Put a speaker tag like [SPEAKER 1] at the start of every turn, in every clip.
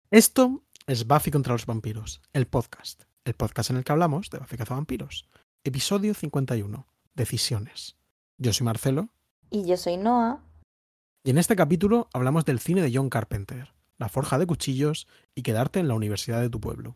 [SPEAKER 1] Esto es Buffy contra los vampiros, el podcast. El podcast en el que hablamos de Buffy cazavampiros. Episodio 51. Decisiones. Yo soy Marcelo.
[SPEAKER 2] Y yo soy Noah.
[SPEAKER 1] Y en este capítulo hablamos del cine de John Carpenter, la forja de cuchillos y quedarte en la universidad de tu pueblo.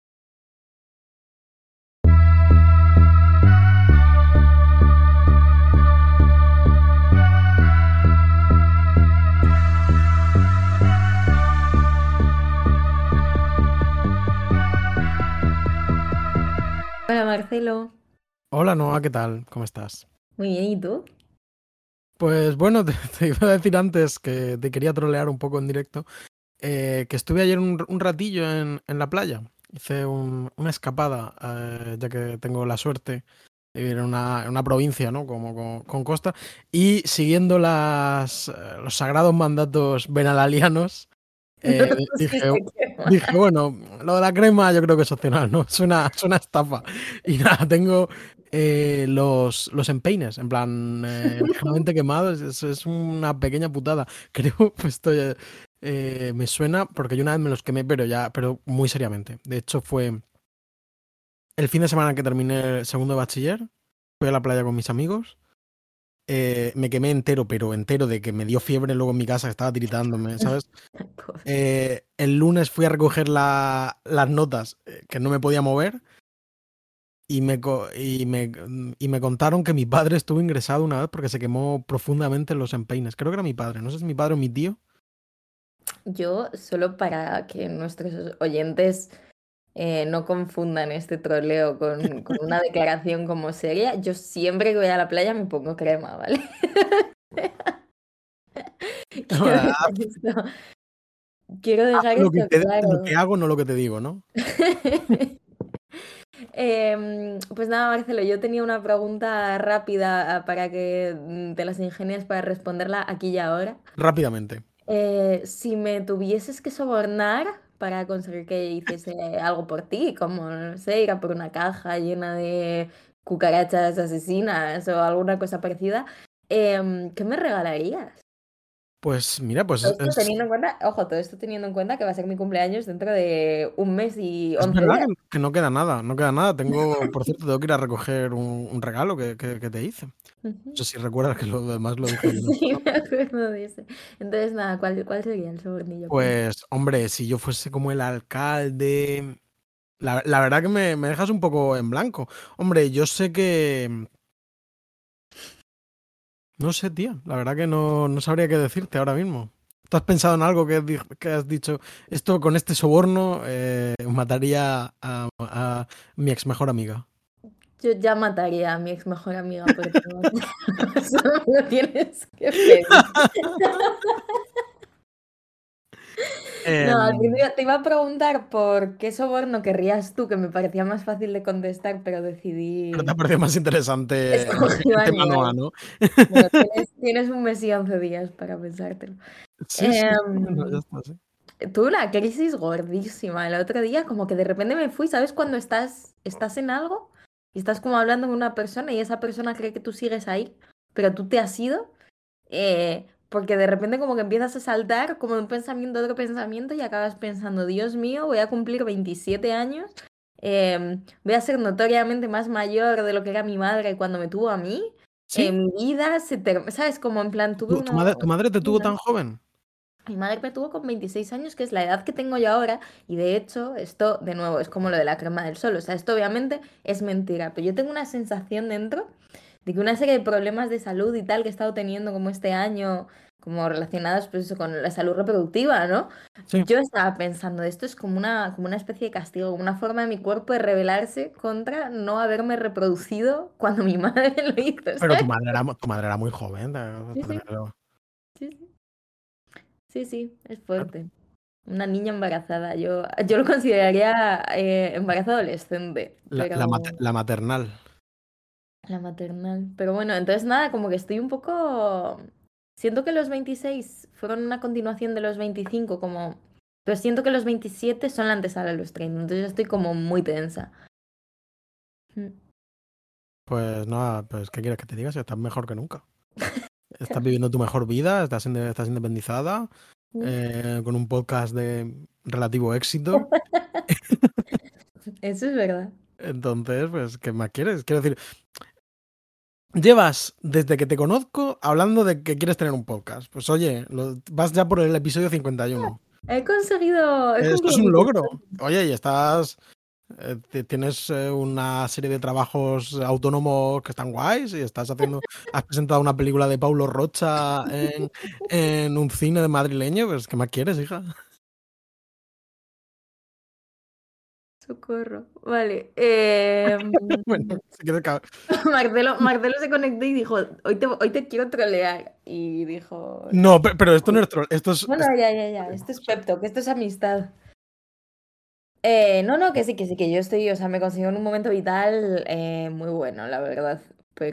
[SPEAKER 2] Hola Marcelo.
[SPEAKER 1] Hola Noah, ¿qué tal? ¿Cómo estás?
[SPEAKER 2] Muy bien, ¿y tú?
[SPEAKER 1] Pues bueno, te iba a decir antes que te quería trolear un poco en directo, que estuve ayer un ratillo en la playa. Hice una escapada, ya que tengo la suerte de vivir en una provincia, ¿no? Como con costa. Y siguiendo los sagrados mandatos benalalianos,
[SPEAKER 2] No
[SPEAKER 1] eh,
[SPEAKER 2] nos
[SPEAKER 1] dije,
[SPEAKER 2] pusiste crema.
[SPEAKER 1] dije, bueno, lo de la crema yo creo que es opcional, ¿no? Es una estafa. Y nada, tengo los empeines, en plan, ligeramente quemados. Es una pequeña putada. Creo, pues me suena porque yo una vez me los quemé, pero muy seriamente. De hecho, fue el fin de semana que terminé el segundo de bachiller. Fui a la playa con mis amigos. Me quemé entero, pero entero, de que me dio fiebre luego en mi casa, que estaba tiritándome, ¿sabes? El lunes fui a recoger las notas, que no me podía mover. Y me contaron que mi padre estuvo ingresado una vez porque se quemó profundamente en los empeines. Creo que era mi padre, no sé si mi padre o mi tío.
[SPEAKER 2] Yo, solo para que nuestros oyentes no confundan este troleo con una declaración como seria, yo siempre que voy a la playa me pongo crema, ¿vale? Quiero
[SPEAKER 1] Ahora,
[SPEAKER 2] dejar esto, quiero
[SPEAKER 1] haz
[SPEAKER 2] dejar
[SPEAKER 1] lo que
[SPEAKER 2] esto
[SPEAKER 1] lo que
[SPEAKER 2] claro.
[SPEAKER 1] hago, no lo que te digo, ¿no?
[SPEAKER 2] Pues nada, Marcelo, yo tenía una pregunta rápida para que te las ingenies para responderla aquí y ahora.
[SPEAKER 1] Rápidamente.
[SPEAKER 2] Si me tuvieses que sobornar para conseguir que hiciese algo por ti, como, no sé, ir a por una caja llena de cucarachas asesinas o alguna cosa parecida, ¿qué me regalarías?
[SPEAKER 1] Pues mira,
[SPEAKER 2] Todo esto teniendo en cuenta, ojo, todo esto teniendo en cuenta que va a ser mi cumpleaños dentro de un mes y
[SPEAKER 1] es
[SPEAKER 2] 11
[SPEAKER 1] verdad
[SPEAKER 2] días.
[SPEAKER 1] que no queda nada, no queda nada. Por cierto, tengo que ir a recoger un regalo que te hice. No
[SPEAKER 2] Ujú.
[SPEAKER 1] sé si recuerdas que lo demás lo dije ayer.
[SPEAKER 2] Sí, me acuerdo de ese. Entonces, nada, ¿cuál sería el sobornillo para mí?
[SPEAKER 1] Pues, hombre, si yo fuese como el alcalde. La verdad que me dejas un poco en blanco. Hombre, yo sé que. No sé, tío. La verdad que no sabría qué decirte ahora mismo. ¿Tú has pensado en algo que has dicho? Esto con este soborno mataría a mi ex mejor amiga.
[SPEAKER 2] Yo ya mataría a mi ex mejor amiga por ti. Eso me lo tienes que pedir. No, al
[SPEAKER 1] Em,
[SPEAKER 2] principio te iba a preguntar por qué soborno querrías tú, que me parecía más fácil de contestar, pero
[SPEAKER 1] pero te ha
[SPEAKER 2] decidí.
[SPEAKER 1] parecido más interesante
[SPEAKER 2] Escogí
[SPEAKER 1] el tema Noah,
[SPEAKER 2] Aníbal.
[SPEAKER 1] ¿no?
[SPEAKER 2] Bueno, tienes un mes y 11 días para pensártelo.
[SPEAKER 1] Sí, sí, sí, bueno, ya
[SPEAKER 2] Em,
[SPEAKER 1] está, sí.
[SPEAKER 2] Tuve una crisis gordísima el otro día, como que de repente me fui, ¿sabes? Cuando estás en algo y estás como hablando con una persona y esa persona cree que tú sigues ahí, pero tú te has ido, porque de repente como que empiezas a saltar como de un pensamiento a otro pensamiento y acabas pensando, Dios mío, voy a cumplir 27 años, voy a ser notoriamente más mayor de lo que era mi madre cuando me tuvo a mí,
[SPEAKER 1] ¿Sí?
[SPEAKER 2] mi vida ¿sabes? Como en plan, tuve
[SPEAKER 1] Tu madre te tuvo tan joven?
[SPEAKER 2] mi madre me tuvo con 26 años, que es la edad que tengo yo ahora, y de hecho, esto de nuevo es como lo de la crema del sol, o sea, esto obviamente es mentira, pero yo tengo una sensación dentro de que una serie de problemas de salud y tal que he estado teniendo como este año, como relacionados pues eso, con la salud reproductiva, ¿no?
[SPEAKER 1] Sí.
[SPEAKER 2] Yo estaba pensando, esto es como una especie de castigo, como una forma de mi cuerpo de rebelarse contra no haberme reproducido cuando mi madre lo hizo,
[SPEAKER 1] Pero
[SPEAKER 2] ¿sabes?
[SPEAKER 1] tu madre era muy joven.
[SPEAKER 2] Sí, sí, sí, sí, sí, sí, es fuerte. Una niña embarazada. Yo lo consideraría embarazo adolescente, pero
[SPEAKER 1] La maternal.
[SPEAKER 2] la maternal. Pero bueno, entonces nada, como que estoy un poco. Siento que los 26 fueron una continuación de los 25 como. Pero siento que los 27 son la antesala de los 30, entonces yo estoy como muy tensa. Mm.
[SPEAKER 1] Pues nada, pues ¿qué quieres que te diga? Si estás mejor que nunca. Estás viviendo tu mejor vida, estás independizada. con un podcast de relativo éxito.
[SPEAKER 2] Eso es verdad.
[SPEAKER 1] Entonces, pues, ¿qué más quieres? Quiero decir, llevas desde que te conozco hablando de que quieres tener un podcast. Pues oye, vas ya por el episodio 51.
[SPEAKER 2] He
[SPEAKER 1] Esto es
[SPEAKER 2] cumplido
[SPEAKER 1] un
[SPEAKER 2] mi
[SPEAKER 1] logro.
[SPEAKER 2] sueño.
[SPEAKER 1] Oye, y tienes una serie de trabajos autónomos que están guays y has presentado una película de Paulo Rocha en un cine de madrileño. Pues, ¿qué más quieres, hija?
[SPEAKER 2] Socorro. Vale.
[SPEAKER 1] Bueno, se quedó
[SPEAKER 2] Marcelo se conectó y dijo, hoy te quiero trolear. Y dijo,
[SPEAKER 1] No, pero esto no es troll,
[SPEAKER 2] bueno, ya. Esto es pep talk, esto es amistad. No, que sí, que yo estoy, o sea, me consiguió en un momento vital muy bueno, la verdad.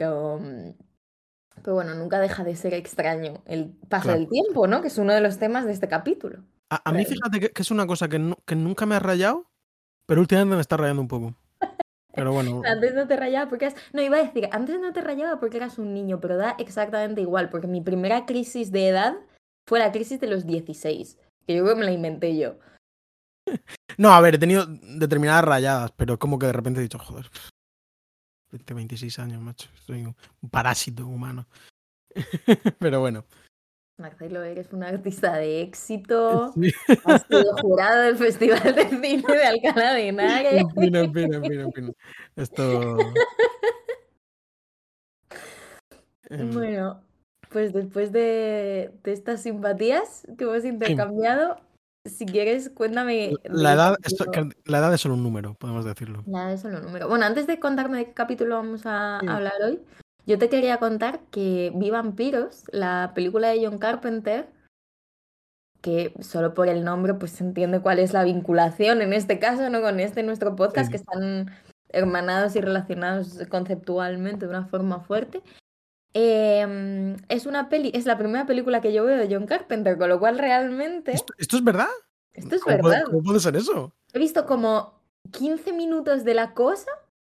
[SPEAKER 2] Pero bueno, nunca deja de ser extraño el paso
[SPEAKER 1] claro.
[SPEAKER 2] del tiempo, ¿no? Que es uno de los temas de este capítulo.
[SPEAKER 1] A mí fíjate que es una cosa que nunca me ha rayado, pero últimamente me está rayando un poco. Pero bueno,
[SPEAKER 2] Antes no te rayaba porque eras... No, iba a decir, antes no te rayaba porque eras un niño, pero da exactamente igual, porque mi primera crisis de edad fue la crisis de los 16, que yo creo que me la inventé yo.
[SPEAKER 1] no, a ver, he tenido determinadas rayadas, pero como que de repente he dicho, joder, 26 años, macho, soy un parásito humano. Pero bueno.
[SPEAKER 2] Marcelo, eres un artista de éxito,
[SPEAKER 1] Sí.
[SPEAKER 2] has sido jurado del Festival de Cine de Alcalá de Henares.
[SPEAKER 1] En fin. Esto. em,
[SPEAKER 2] Bueno, pues después de estas simpatías que hemos
[SPEAKER 1] sí,
[SPEAKER 2] intercambiado, si quieres, cuéntame de
[SPEAKER 1] la
[SPEAKER 2] qué
[SPEAKER 1] edad,
[SPEAKER 2] capítulo...
[SPEAKER 1] la edad es solo un número, podemos decirlo.
[SPEAKER 2] Nada, eso no número. Bueno, antes de contarme de qué capítulo vamos a
[SPEAKER 1] Mm.
[SPEAKER 2] hablar hoy, yo te quería contar que vi Vampiros, la película de John Carpenter, que solo por el nombre pues se entiende cuál es la vinculación en este caso, ¿no? Con este nuestro
[SPEAKER 1] Sí,
[SPEAKER 2] podcast, que
[SPEAKER 1] sí.
[SPEAKER 2] están hermanados y relacionados conceptualmente de una forma fuerte. Es una peli, es la primera película que yo veo de John Carpenter, con lo cual realmente,
[SPEAKER 1] ¿Esto es verdad?
[SPEAKER 2] esto es verdad.
[SPEAKER 1] Cómo puede ser eso?
[SPEAKER 2] He visto como 15 minutos de la cosa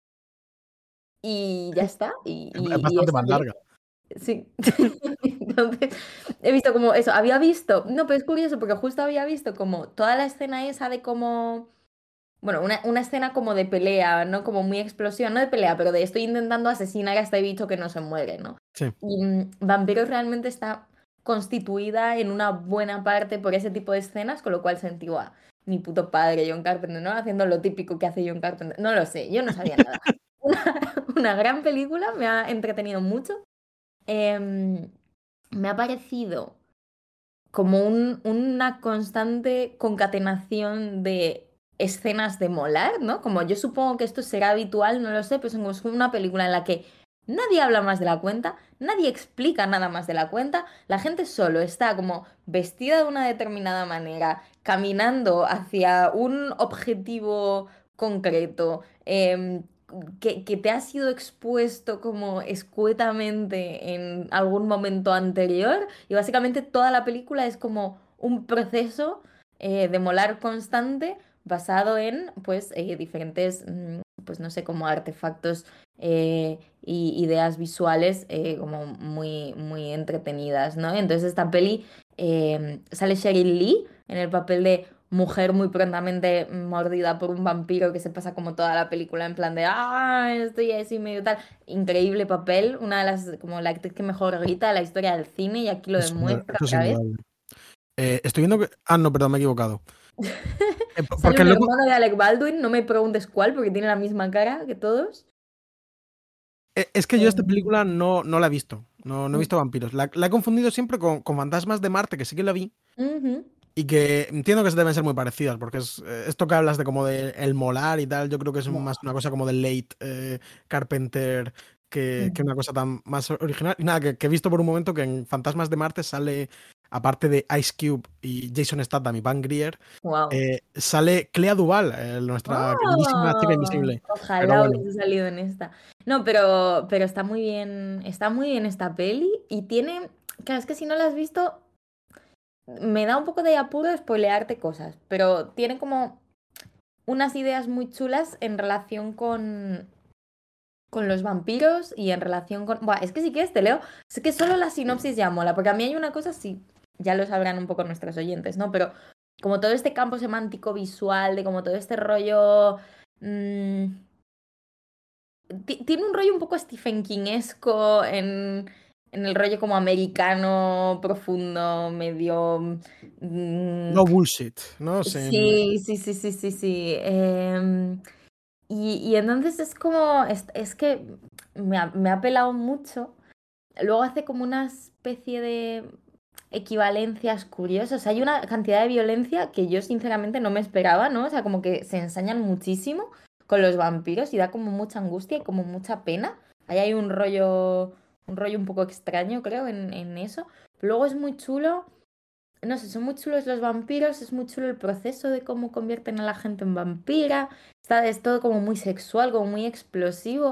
[SPEAKER 2] y ya está. Y,
[SPEAKER 1] Es
[SPEAKER 2] y, y
[SPEAKER 1] bastante
[SPEAKER 2] esa
[SPEAKER 1] más
[SPEAKER 2] peli,
[SPEAKER 1] larga.
[SPEAKER 2] sí. Entonces, he visto como eso, no, pero es curioso porque justo había visto como toda la escena esa de como, bueno, una escena como de pelea, ¿no? Como muy explosión, no de pelea, pero de estoy intentando asesinar a este bicho que no se muere, ¿no?
[SPEAKER 1] Sí.
[SPEAKER 2] Y Vampiros realmente está constituida en una buena parte por ese tipo de escenas, con lo cual sentí, a mi puto padre, John Carpenter, ¿no? Haciendo lo típico que hace John Carpenter. No lo sé, yo no sabía nada. Una gran película, me ha entretenido mucho. Em, Me ha parecido como una constante concatenación de escenas de molar, ¿no? Como yo supongo que esto será habitual, no lo sé, pero es una película en la que nadie habla más de la cuenta, nadie explica nada más de la cuenta, la gente solo está como vestida de una determinada manera, caminando hacia un objetivo concreto, que te ha sido expuesto como escuetamente en algún momento anterior y básicamente toda la película es como un proceso de molar constante basado en pues diferentes, pues no sé, como artefactos y ideas visuales como muy entretenidas, ¿no? Entonces esta peli sale Sheryl Lee en el papel de mujer muy prontamente mordida por un vampiro que se pasa como toda la película en plan de, estoy así medio tal. Increíble papel, una de las, como la actriz que mejor grita de la historia del cine y aquí lo demuestra
[SPEAKER 1] Eso es
[SPEAKER 2] otra vez.
[SPEAKER 1] indudable. Estoy viendo que. Ah, no, perdón, me he equivocado.
[SPEAKER 2] Sale
[SPEAKER 1] Porque
[SPEAKER 2] un
[SPEAKER 1] luego.
[SPEAKER 2] hermano de Alec Baldwin, no me preguntes cuál, porque tiene la misma cara que todos.
[SPEAKER 1] Es que yo esta
[SPEAKER 2] Eh,
[SPEAKER 1] película no la he visto. No he
[SPEAKER 2] mm,
[SPEAKER 1] visto vampiros. La he confundido siempre con Fantasmas de Marte, que sí que la vi.
[SPEAKER 2] ujú,
[SPEAKER 1] Y que entiendo que se deben ser muy parecidas, porque es esto que hablas de como de el molar y tal, yo creo que es más
[SPEAKER 2] buah,
[SPEAKER 1] una cosa como de late Carpenter que
[SPEAKER 2] ujú,
[SPEAKER 1] una cosa tan más original. Y nada, que he visto por un momento que en Fantasmas de Marte sale, aparte de Ice Cube y Jason Statham y Van Grier,
[SPEAKER 2] wow.
[SPEAKER 1] sale Clea Duvall, nuestra queridísima chica
[SPEAKER 2] ¡Oh!
[SPEAKER 1] invisible. Pero
[SPEAKER 2] Ojalá
[SPEAKER 1] bueno,
[SPEAKER 2] hubiese salido en esta. No, pero está muy bien esta peli y tiene, claro, es que si no la has visto, me da un poco de apuro spoilearte cosas, pero tiene como unas ideas muy chulas en relación con los vampiros y en relación con... Buah, es que si quieres te leo, es que solo la sinopsis ya mola, porque a mí hay una cosa así. ya lo sabrán un poco nuestros oyentes, ¿no? Pero como todo este campo semántico visual, de como todo este rollo... mm, tiene un rollo un poco Stephen Kingesco en el rollo como americano, profundo, medio... mm,
[SPEAKER 1] No bullshit, ¿no?
[SPEAKER 2] sí, sí, sí, sí, sí, sí. Y entonces es como, es que me ha pelado mucho. Luego hace como una especie de equivalencias curiosas. Hay una cantidad de violencia que yo sinceramente no me esperaba, ¿no? O sea, como que se ensañan muchísimo con los vampiros y da como mucha angustia y como mucha pena. Ahí hay un rollo un poco extraño, creo, en eso. Luego es muy chulo. No sé, son muy chulos los vampiros, es muy chulo el proceso de cómo convierten a la gente en vampira. Es todo como muy sexual, como muy explosivo.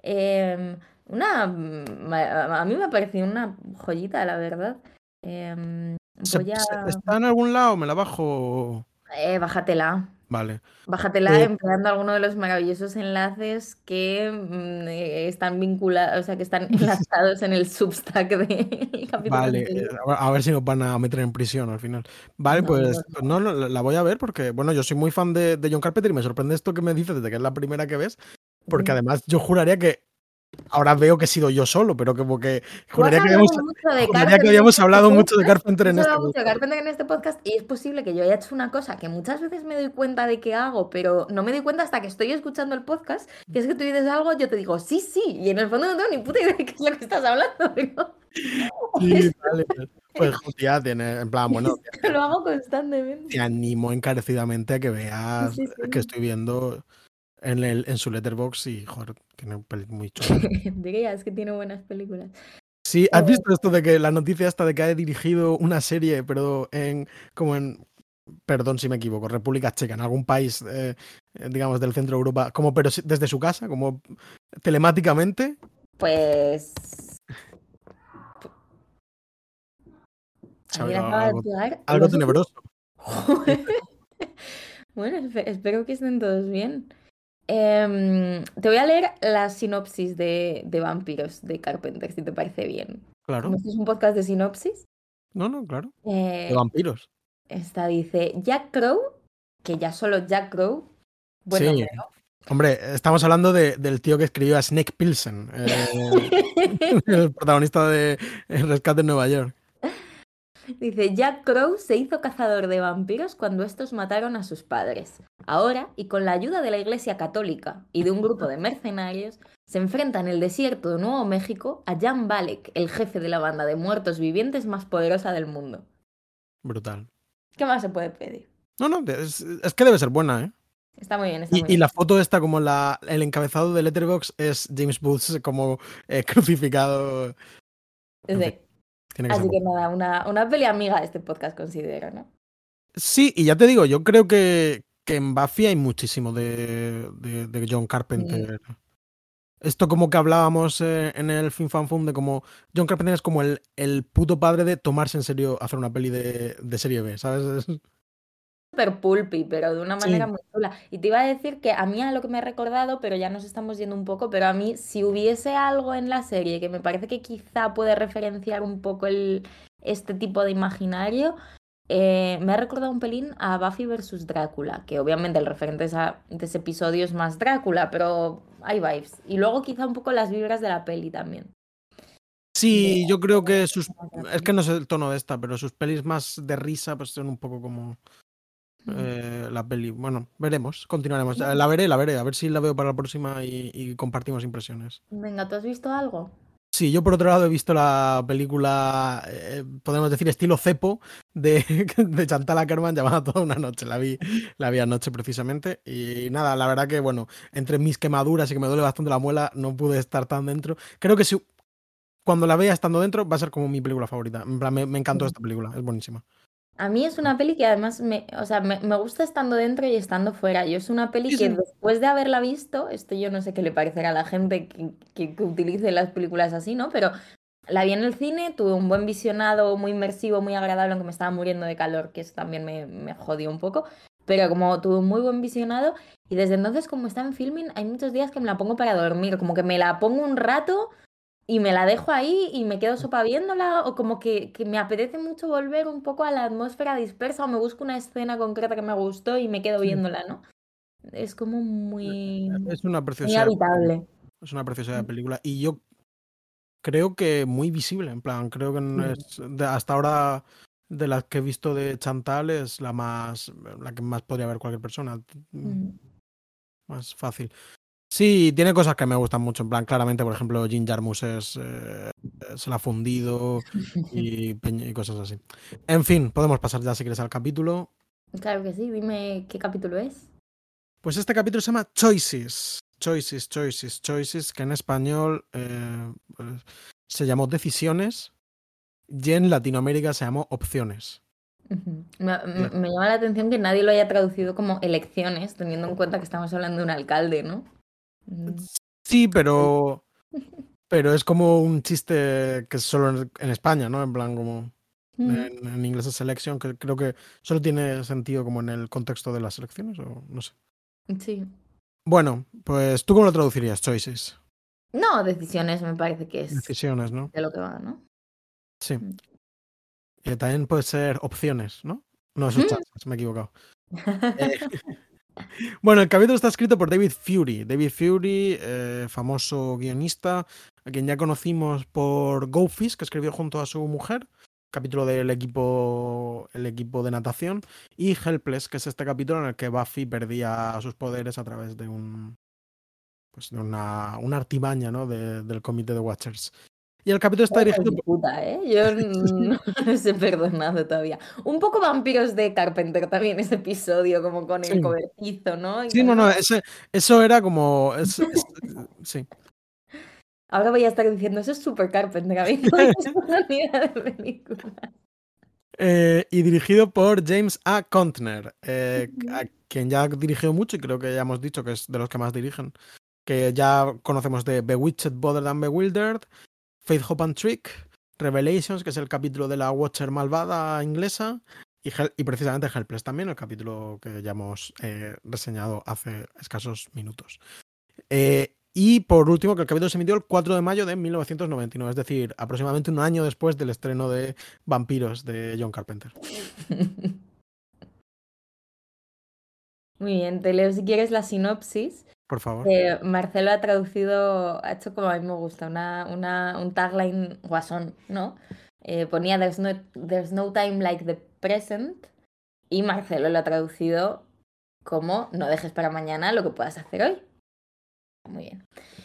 [SPEAKER 2] A mí me ha parecido una joyita, la verdad. Voy a...
[SPEAKER 1] ¿Está en algún lado? ¿Me la bajo?
[SPEAKER 2] Bájatela.
[SPEAKER 1] Vale.
[SPEAKER 2] Bájatela
[SPEAKER 1] Eh,
[SPEAKER 2] empleando alguno de los maravillosos enlaces que están vinculados, o sea, que están enlazados en el Substack del capítulo
[SPEAKER 1] vale,
[SPEAKER 2] anterior.
[SPEAKER 1] a ver si nos van a meter en prisión al final. Vale,
[SPEAKER 2] No, no,
[SPEAKER 1] pues no, no, la voy a ver porque, bueno, yo soy muy fan de John Carpenter y me sorprende esto que me dices desde que es la primera que ves, porque
[SPEAKER 2] no.
[SPEAKER 1] además yo juraría que, ahora veo que he sido yo solo, pero como que
[SPEAKER 2] Tú has hablado mucho de
[SPEAKER 1] juraría que
[SPEAKER 2] Carpenter en
[SPEAKER 1] habíamos
[SPEAKER 2] este
[SPEAKER 1] hablado mucho de
[SPEAKER 2] podcast.
[SPEAKER 1] Carpenter
[SPEAKER 2] Tú has
[SPEAKER 1] en este
[SPEAKER 2] hablado mucho de
[SPEAKER 1] podcast.
[SPEAKER 2] Carpenter en este podcast y es posible que yo haya hecho una cosa que muchas veces me doy cuenta de que hago, pero no me doy cuenta hasta que estoy escuchando el podcast, que es que tú dices algo, yo te digo sí, sí, y en el fondo no tengo ni puta idea de qué es lo que estás hablando, pero
[SPEAKER 1] Sí,
[SPEAKER 2] es-
[SPEAKER 1] vale. Pues hostia, tiene, en plan, bueno,
[SPEAKER 2] esto lo hago
[SPEAKER 1] te
[SPEAKER 2] constantemente.
[SPEAKER 1] animo encarecidamente a que
[SPEAKER 2] Sí,
[SPEAKER 1] veas
[SPEAKER 2] sí,
[SPEAKER 1] que
[SPEAKER 2] sí.
[SPEAKER 1] estoy viendo en su letterbox y, joder, tiene pelis muy chulas.
[SPEAKER 2] Dirías que tiene buenas películas.
[SPEAKER 1] Sí,
[SPEAKER 2] Eh,
[SPEAKER 1] ¿has visto esto de que la noticia esta de que ha dirigido una serie, pero como en, perdón si me equivoco, República Checa, en algún país, digamos, del centro de Europa, como pero desde su casa, como telemáticamente?
[SPEAKER 2] pues
[SPEAKER 1] Se ha
[SPEAKER 2] alguien
[SPEAKER 1] oído
[SPEAKER 2] acaba de
[SPEAKER 1] algo,
[SPEAKER 2] pegar. ¿Lo
[SPEAKER 1] algo
[SPEAKER 2] has oído?
[SPEAKER 1] tenebroso. Sí, sí.
[SPEAKER 2] Bueno, espero que estén todos bien. Te voy a leer la sinopsis de Vampiros de Carpenter, si te parece bien. Como
[SPEAKER 1] Claro,
[SPEAKER 2] este es un podcast de sinopsis,
[SPEAKER 1] no, no, claro. De
[SPEAKER 2] eh,
[SPEAKER 1] vampiros.
[SPEAKER 2] esta dice Jack Crow, que ya solo Jack Crow, buen
[SPEAKER 1] Sí,
[SPEAKER 2] nombre, ¿no?
[SPEAKER 1] hombre, estamos hablando del tío que escribió a Snake Pilsen, el protagonista de El Rescate en Nueva York.
[SPEAKER 2] Dice, Jack Crow se hizo cazador de vampiros cuando estos mataron a sus padres. Ahora, y con la ayuda de la Iglesia Católica y de un grupo de mercenarios, se enfrenta en el desierto de Nuevo México a Jan Balek, el jefe de la banda de muertos vivientes más poderosa del mundo.
[SPEAKER 1] Brutal.
[SPEAKER 2] ¿Qué más se puede pedir?
[SPEAKER 1] No, no, es que debe ser buena, ¿eh?
[SPEAKER 2] Está muy bien, está muy
[SPEAKER 1] Y
[SPEAKER 2] bien.
[SPEAKER 1] la foto está como el encabezado de Letterboxd es James Booth como crucificado. En fin,
[SPEAKER 2] Sí.
[SPEAKER 1] tiene que ser
[SPEAKER 2] Así que
[SPEAKER 1] bueno.
[SPEAKER 2] nada, una peli amiga de este podcast considero, ¿no?
[SPEAKER 1] Sí, y ya te digo, yo creo que en Buffy hay muchísimo de John
[SPEAKER 2] Mm.
[SPEAKER 1] Carpenter. Esto como que hablábamos en el Fin Fan Fum de como John Carpenter es como el puto padre de tomarse en serio hacer una peli de serie B, ¿sabes?
[SPEAKER 2] Súper pulpy, pero de una manera
[SPEAKER 1] Sí,
[SPEAKER 2] muy chula. Y te iba a decir que a mí a lo que me ha recordado, pero ya nos estamos yendo un poco, pero a mí si hubiese algo en la serie que me parece que quizá puede referenciar un poco este tipo de imaginario, me ha recordado un pelín a Buffy versus Drácula, que obviamente el referente de ese episodio es más Drácula, pero hay vibes. Y luego quizá un poco las vibras de la peli también. De-
[SPEAKER 1] sí, yo creo que es que no sé el tono de esta, pero sus pelis más de risa pues son un poco como la peli. Bueno, veremos, continuaremos. La veré, a ver si la veo para la próxima y compartimos impresiones.
[SPEAKER 2] Venga, ¿tú has visto algo?
[SPEAKER 1] Sí, yo por otro lado he visto la película, podemos decir, estilo cepo de, de Chantal Akerman llamada Toda una noche. La vi anoche precisamente. Y nada, la verdad que, bueno, entre mis quemaduras y que me duele bastante la muela, no pude estar tan dentro. Creo que si, cuando la vea estando dentro va a ser como mi película favorita. En plan, me encantó esta película, es buenísima.
[SPEAKER 2] A mí es una peli que además o sea, me gusta estando dentro y estando fuera. Yo es una peli
[SPEAKER 1] Sí,
[SPEAKER 2] que
[SPEAKER 1] sí.
[SPEAKER 2] después de haberla visto, esto yo no sé qué le parecerá a la gente que utilice las películas así, ¿no? Pero la vi en el cine, tuve un buen visionado, muy inmersivo, muy agradable, aunque me estaba muriendo de calor, que eso también me jodió un poco. Pero como tuve un muy buen visionado y desde entonces como está en filming, hay muchos días que me la pongo para dormir, como que me la pongo un rato y me la dejo ahí y me quedo sopa viéndola, o como que me apetece mucho volver un poco a la atmósfera dispersa, o me busco una escena concreta que me gustó y me quedo
[SPEAKER 1] Sí.
[SPEAKER 2] viéndola, ¿no? Es como muy,
[SPEAKER 1] Es una
[SPEAKER 2] muy
[SPEAKER 1] preciosidad de película.
[SPEAKER 2] habitable.
[SPEAKER 1] Es una preciosidad de película. Y yo creo que muy visible, en plan, creo que no
[SPEAKER 2] Sí.
[SPEAKER 1] es hasta ahora de las que he visto de Chantal es la que más podría ver cualquier persona.
[SPEAKER 2] Mm.
[SPEAKER 1] Más fácil. Sí, tiene cosas que me gustan mucho, en plan, claramente, por ejemplo, Jim Jarmusch se la ha fundido y cosas así. En fin, podemos pasar ya si quieres al capítulo.
[SPEAKER 2] Claro que sí, dime qué capítulo es.
[SPEAKER 1] Pues este capítulo se llama Choices. Choices, Choices, Choices, que en español pues, se llamó Decisiones y en Latinoamérica se llamó Opciones.
[SPEAKER 2] Ujú.
[SPEAKER 1] Eh,
[SPEAKER 2] Me llama la atención que nadie lo haya traducido como elecciones, teniendo en cuenta que estamos hablando de un alcalde, ¿no? Mm.
[SPEAKER 1] sí, pero es como un chiste que es solo en España, ¿no? En plan, como
[SPEAKER 2] Mm.
[SPEAKER 1] en inglés es selection, que creo que solo tiene sentido como en el contexto de las elecciones, o no sé.
[SPEAKER 2] Sí.
[SPEAKER 1] Bueno, pues ¿tú cómo lo traducirías? Choices.
[SPEAKER 2] No, decisiones me parece que es
[SPEAKER 1] Decisiones, ¿no?
[SPEAKER 2] de lo que va, ¿no?
[SPEAKER 1] Sí.
[SPEAKER 2] Mm.
[SPEAKER 1] También puede ser opciones, ¿no? No, eso es chances, me he equivocado. Eh, bueno, el capítulo está escrito por David Fury. David Fury, famoso guionista, a quien ya conocimos por Go Fish, que escribió junto a su mujer, capítulo del el equipo de natación, y Helpless, que es este capítulo en el que Buffy perdía sus poderes a través de pues de una artimaña, ¿no? Del comité de Watchers. Y el capítulo está
[SPEAKER 2] Hijos
[SPEAKER 1] dirigido
[SPEAKER 2] de
[SPEAKER 1] por...
[SPEAKER 2] puta, ¿eh? Yo no les he perdonado todavía. Un poco vampiros de Carpenter también ese episodio, como con el
[SPEAKER 1] Sí,
[SPEAKER 2] cobertizo, ¿no? Y
[SPEAKER 1] sí,
[SPEAKER 2] tal,
[SPEAKER 1] no,
[SPEAKER 2] ¿no?
[SPEAKER 1] no, eso era como... sí.
[SPEAKER 2] Ahora voy a estar diciendo, eso es super Carpenter, a mí no me gusta una unidad de película.
[SPEAKER 1] Y dirigido por James A. Contner, a
[SPEAKER 2] Ujú.
[SPEAKER 1] quien ya dirigió mucho y creo que ya hemos dicho que es de los que más dirigen, que ya conocemos de Bewitched, Bothered and Bewildered, Faith, Hope and Trick, Revelations, que es el capítulo de la Watcher malvada inglesa, y precisamente Helpless también, el capítulo que ya hemos reseñado hace escasos minutos. Y por último, que el capítulo se emitió el 4 de mayo de 1999, es decir, aproximadamente un año después del estreno de Vampiros de John Carpenter.
[SPEAKER 2] Muy bien, te leo si quieres la sinopsis.
[SPEAKER 1] Por favor.
[SPEAKER 2] Marcelo ha traducido, ha hecho como a mí me gusta, un tagline guasón, ¿no? Ponía There's no time like the present y Marcelo lo ha traducido como no dejes para mañana lo que puedas hacer hoy. Muy bien.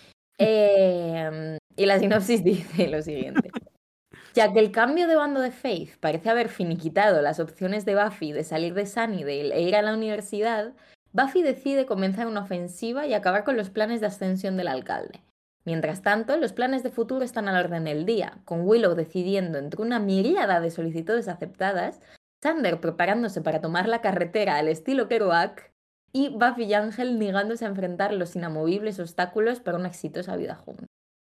[SPEAKER 2] Y la sinopsis dice lo siguiente. Ya que el cambio de bando de Faith parece haber finiquitado las opciones de Buffy de salir de Sunnydale e ir a la universidad, Buffy decide comenzar una ofensiva y acabar con los planes de ascensión del alcalde. Mientras tanto, los planes de futuro están a la orden del día, con Willow decidiendo entre una miríada de solicitudes aceptadas, Xander preparándose para tomar la carretera al estilo Kerouac y Buffy y Ángel negándose a enfrentar los inamovibles obstáculos para una exitosa vida juntos.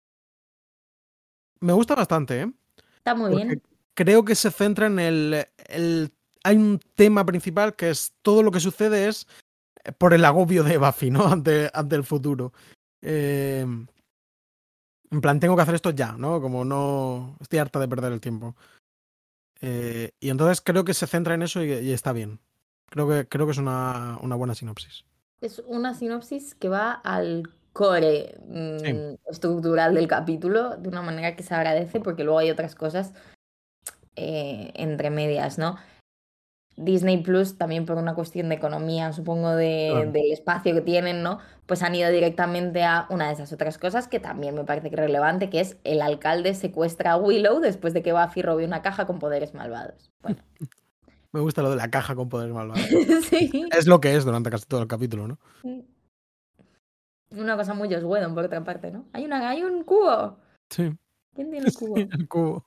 [SPEAKER 1] Me gusta bastante, ¿eh?
[SPEAKER 2] Está muy
[SPEAKER 1] Porque
[SPEAKER 2] bien.
[SPEAKER 1] creo que se centra en Hay un tema principal que es todo lo que sucede es por el agobio de Buffy, ¿no? Ante el futuro. Eh, en plan, tengo que hacer esto ya, ¿no? Como no... Estoy harta de perder el tiempo. Y entonces creo que se centra en eso y está bien. Creo que es una buena sinopsis.
[SPEAKER 2] Es una sinopsis que va al core
[SPEAKER 1] Sí,
[SPEAKER 2] estructural del capítulo de una manera que se agradece porque luego hay otras cosas entre medias, ¿no? Disney Plus, también por una cuestión de economía, supongo,
[SPEAKER 1] claro.
[SPEAKER 2] del espacio que tienen, ¿no? Pues han ido directamente a una de esas otras cosas que también me parece que es relevante, que es el alcalde secuestra a Willow después de que Buffy robe una caja con poderes malvados. Bueno,
[SPEAKER 1] Me gusta lo de la caja con poderes malvados.
[SPEAKER 2] sí.
[SPEAKER 1] Es lo que es durante casi todo el capítulo, ¿no?
[SPEAKER 2] Una cosa muy Joss Whedon, por otra parte, ¿no? Hay un cubo.
[SPEAKER 1] Sí,
[SPEAKER 2] ¿Quién tiene el
[SPEAKER 1] sí,
[SPEAKER 2] cubo?
[SPEAKER 1] el cubo.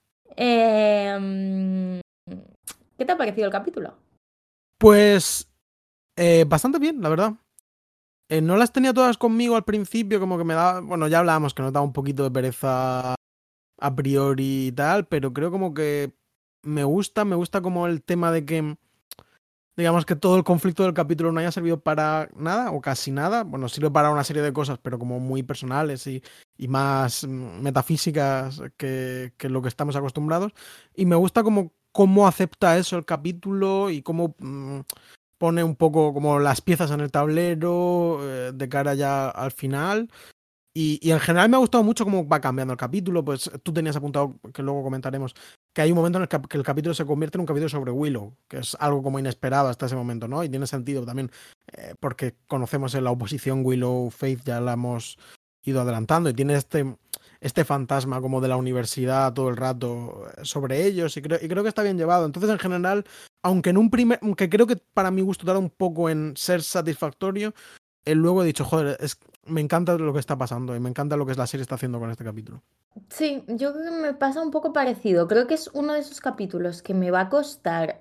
[SPEAKER 2] Em, ¿Qué te ha parecido el capítulo?
[SPEAKER 1] Pues bastante bien, la verdad. No las tenía todas conmigo al principio, como que me daba, bueno, ya hablábamos que nos daba un poquito de pereza a priori y tal, pero creo como que me gusta como el tema de que digamos que todo el conflicto del capítulo no haya servido para nada o casi nada. Bueno, sirve para una serie de cosas, pero como muy personales y más metafísicas que lo que estamos acostumbrados. Y me gusta como cómo acepta eso el capítulo y cómo pone un poco como las piezas en el tablero de cara ya al final. Y en general me ha gustado mucho cómo va cambiando el capítulo. Pues tú tenías apuntado, que luego comentaremos, que hay un momento en el que el capítulo se convierte en un capítulo sobre Willow, que es algo como inesperado hasta ese momento, ¿no? Y tiene sentido también, porque conocemos en la oposición Willow-Faith, ya la hemos ido adelantando, y tiene este fantasma como de la universidad todo el rato sobre ellos, y creo que está bien llevado. Entonces, en general, aunque creo que para mi gusto tarda un poco en ser satisfactorio, luego he dicho, joder, me encanta lo que está pasando y me encanta lo que la serie está haciendo con este capítulo.
[SPEAKER 2] Sí, yo creo que me pasa un poco parecido. Creo que es uno de esos capítulos que me va a costar,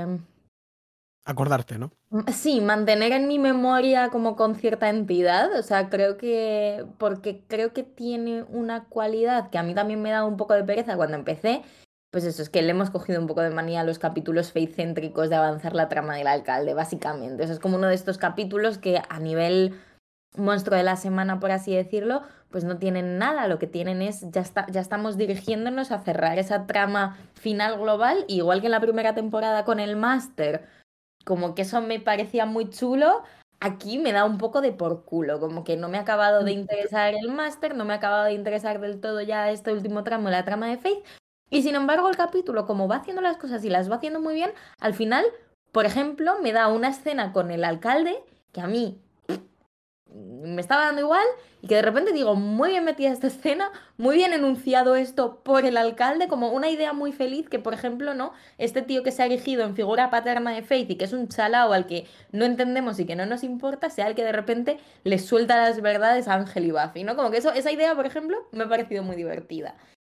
[SPEAKER 1] Acordarte, ¿no?
[SPEAKER 2] sí, mantener en mi memoria como con cierta entidad. O sea, creo que, porque creo que tiene una cualidad que a mí también me da un poco de pereza cuando empecé. Pues eso, es que le hemos cogido un poco de manía a los capítulos feicéntricos de avanzar la trama del alcalde, básicamente. O sea, es como uno de estos capítulos que a nivel monstruo de la semana, por así decirlo, pues no tienen nada. Lo que tienen es, ya está, ya estamos dirigiéndonos a cerrar esa trama final global, igual que en la primera temporada con el máster, como que eso me parecía muy chulo. Aquí me da un poco de por culo, como que no me ha acabado de interesar el máster, no me ha acabado de interesar del todo ya este último tramo, la trama de Faith. Y sin embargo, el capítulo, como va haciendo las cosas y las va haciendo muy bien, al final, por ejemplo, me da una escena con el alcalde que a mí me estaba dando igual y que de repente digo, muy bien metida esta escena, muy bien enunciado esto por el alcalde, como una idea muy feliz que, por ejemplo, ¿no? Este tío que se ha erigido en figura paterna de Faith y que es un chalao al que no entendemos y que no nos importa, sea el que de repente le suelta las verdades a Ángel y Buffy, ¿no? Como que eso, esa idea, por ejemplo, me ha parecido muy divertida.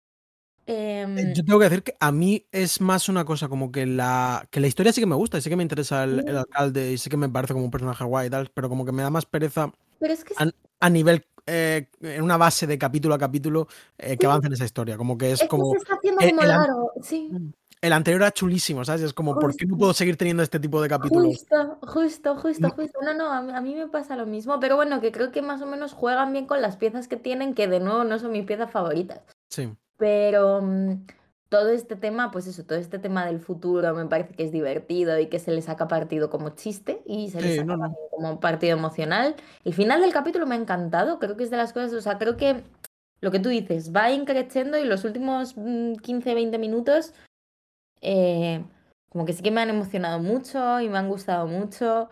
[SPEAKER 2] Em,
[SPEAKER 1] Yo tengo que decir que a mí es más una cosa como que la historia sí que me gusta y sí que me interesa el alcalde y sí que me parece como un personaje guay y tal, pero como que me da más pereza
[SPEAKER 2] pero es que
[SPEAKER 1] a, a nivel, en una base de capítulo a capítulo que
[SPEAKER 2] sí,
[SPEAKER 1] avance en esa historia. Como que es
[SPEAKER 2] es que se
[SPEAKER 1] como...
[SPEAKER 2] está haciendo
[SPEAKER 1] El,
[SPEAKER 2] como
[SPEAKER 1] el an-
[SPEAKER 2] largo, sí.
[SPEAKER 1] el anterior era chulísimo, ¿sabes? Es como, ¿por qué no
[SPEAKER 2] Justo.
[SPEAKER 1] puedo seguir teniendo este tipo de capítulos?
[SPEAKER 2] Justo, justo, justo, justo. No, no, a mí me pasa lo mismo, pero bueno, que creo que más o menos juegan bien con las piezas que tienen, que de nuevo no son mis piezas favoritas.
[SPEAKER 1] Sí,
[SPEAKER 2] Pero todo este tema, pues eso, todo este tema del futuro me parece que es divertido y que se le saca partido como chiste y se le
[SPEAKER 1] sí,
[SPEAKER 2] saca
[SPEAKER 1] no, no.
[SPEAKER 2] también como partido emocional. El final del capítulo me ha encantado, creo que es de las cosas, o sea, creo que lo que tú dices, va increciendo y los últimos 15, 20 minutos como que sí que me han emocionado mucho y me han gustado mucho.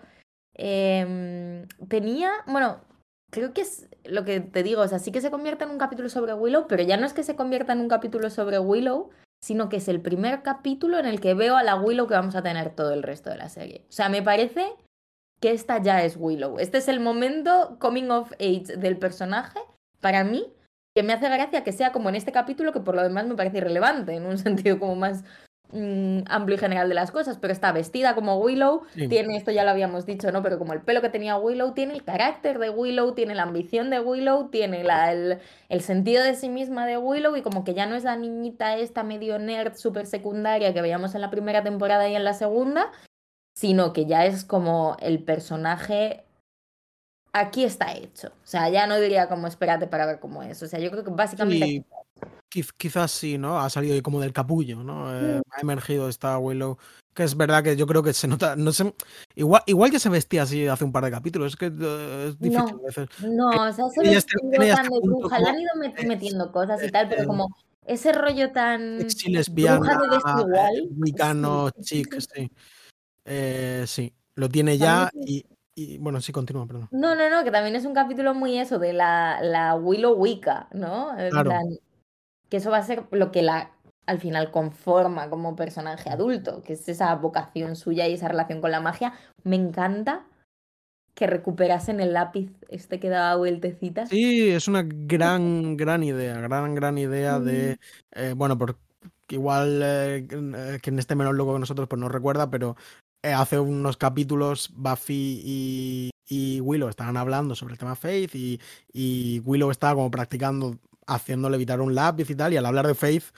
[SPEAKER 2] Bueno, creo que es lo que te digo, o sea, sí que se convierte en un capítulo sobre Willow, pero ya no es que se convierta en un capítulo sobre Willow, sino que es el primer capítulo en el que veo a la Willow que vamos a tener todo el resto de la serie. O sea, me parece que esta ya es Willow. Este es el momento coming of age del personaje, para mí, que me hace gracia que sea como en este capítulo, que por lo demás me parece irrelevante, en un sentido como más amplio y general de las cosas, pero está vestida como Willow,
[SPEAKER 1] Sí.
[SPEAKER 2] tiene, esto ya lo habíamos dicho, ¿no? Pero como el pelo que tenía Willow, tiene el carácter de Willow, tiene la ambición de Willow, tiene el sentido de sí misma de Willow y como que ya no es la niñita esta medio nerd súper secundaria que veíamos en la primera temporada y en la segunda, sino que ya es como el personaje aquí está hecho. O sea, ya no diría como espérate para ver cómo es. O sea, yo creo que básicamente aquí.
[SPEAKER 1] Sí, quizás sí, ¿no? Ha salido ahí como del capullo, ¿no?
[SPEAKER 2] Mm,
[SPEAKER 1] Ha emergido esta Willow, que es verdad que yo creo que se nota, no sé, igual que se vestía así hace un par de capítulos, es que es difícil a
[SPEAKER 2] no,
[SPEAKER 1] veces. Eh,
[SPEAKER 2] no, o sea, ese
[SPEAKER 1] tiene
[SPEAKER 2] vestido
[SPEAKER 1] ya
[SPEAKER 2] tan
[SPEAKER 1] este
[SPEAKER 2] de
[SPEAKER 1] punto
[SPEAKER 2] bruja, le
[SPEAKER 1] como
[SPEAKER 2] han ido
[SPEAKER 1] eh,
[SPEAKER 2] metiendo cosas y tal, pero
[SPEAKER 1] eh,
[SPEAKER 2] como ese rollo tan
[SPEAKER 1] sexy,
[SPEAKER 2] bruja
[SPEAKER 1] lesbiana,
[SPEAKER 2] de desigual, sí.
[SPEAKER 1] wicano, chic, sí. Sí, lo tiene
[SPEAKER 2] También
[SPEAKER 1] ya y bueno, sí, continúa, perdón.
[SPEAKER 2] no, no, no, que también es un capítulo muy eso de la Willow Wicca, ¿no? En
[SPEAKER 1] Claro.
[SPEAKER 2] plan, que eso va a ser lo que la al final conforma como personaje adulto, que es esa vocación suya y esa relación con la magia. Me encanta que recuperasen el lápiz este que daba vueltecitas.
[SPEAKER 1] Sí, es una gran idea, gran idea
[SPEAKER 2] Mm.
[SPEAKER 1] de, bueno, porque igual que en este menor loco que nosotros pues no recuerda, pero hace unos capítulos Buffy y Willow estaban hablando sobre el tema Faith y Willow estaba como practicando haciendo levitar un lápiz y tal, y al hablar de Faith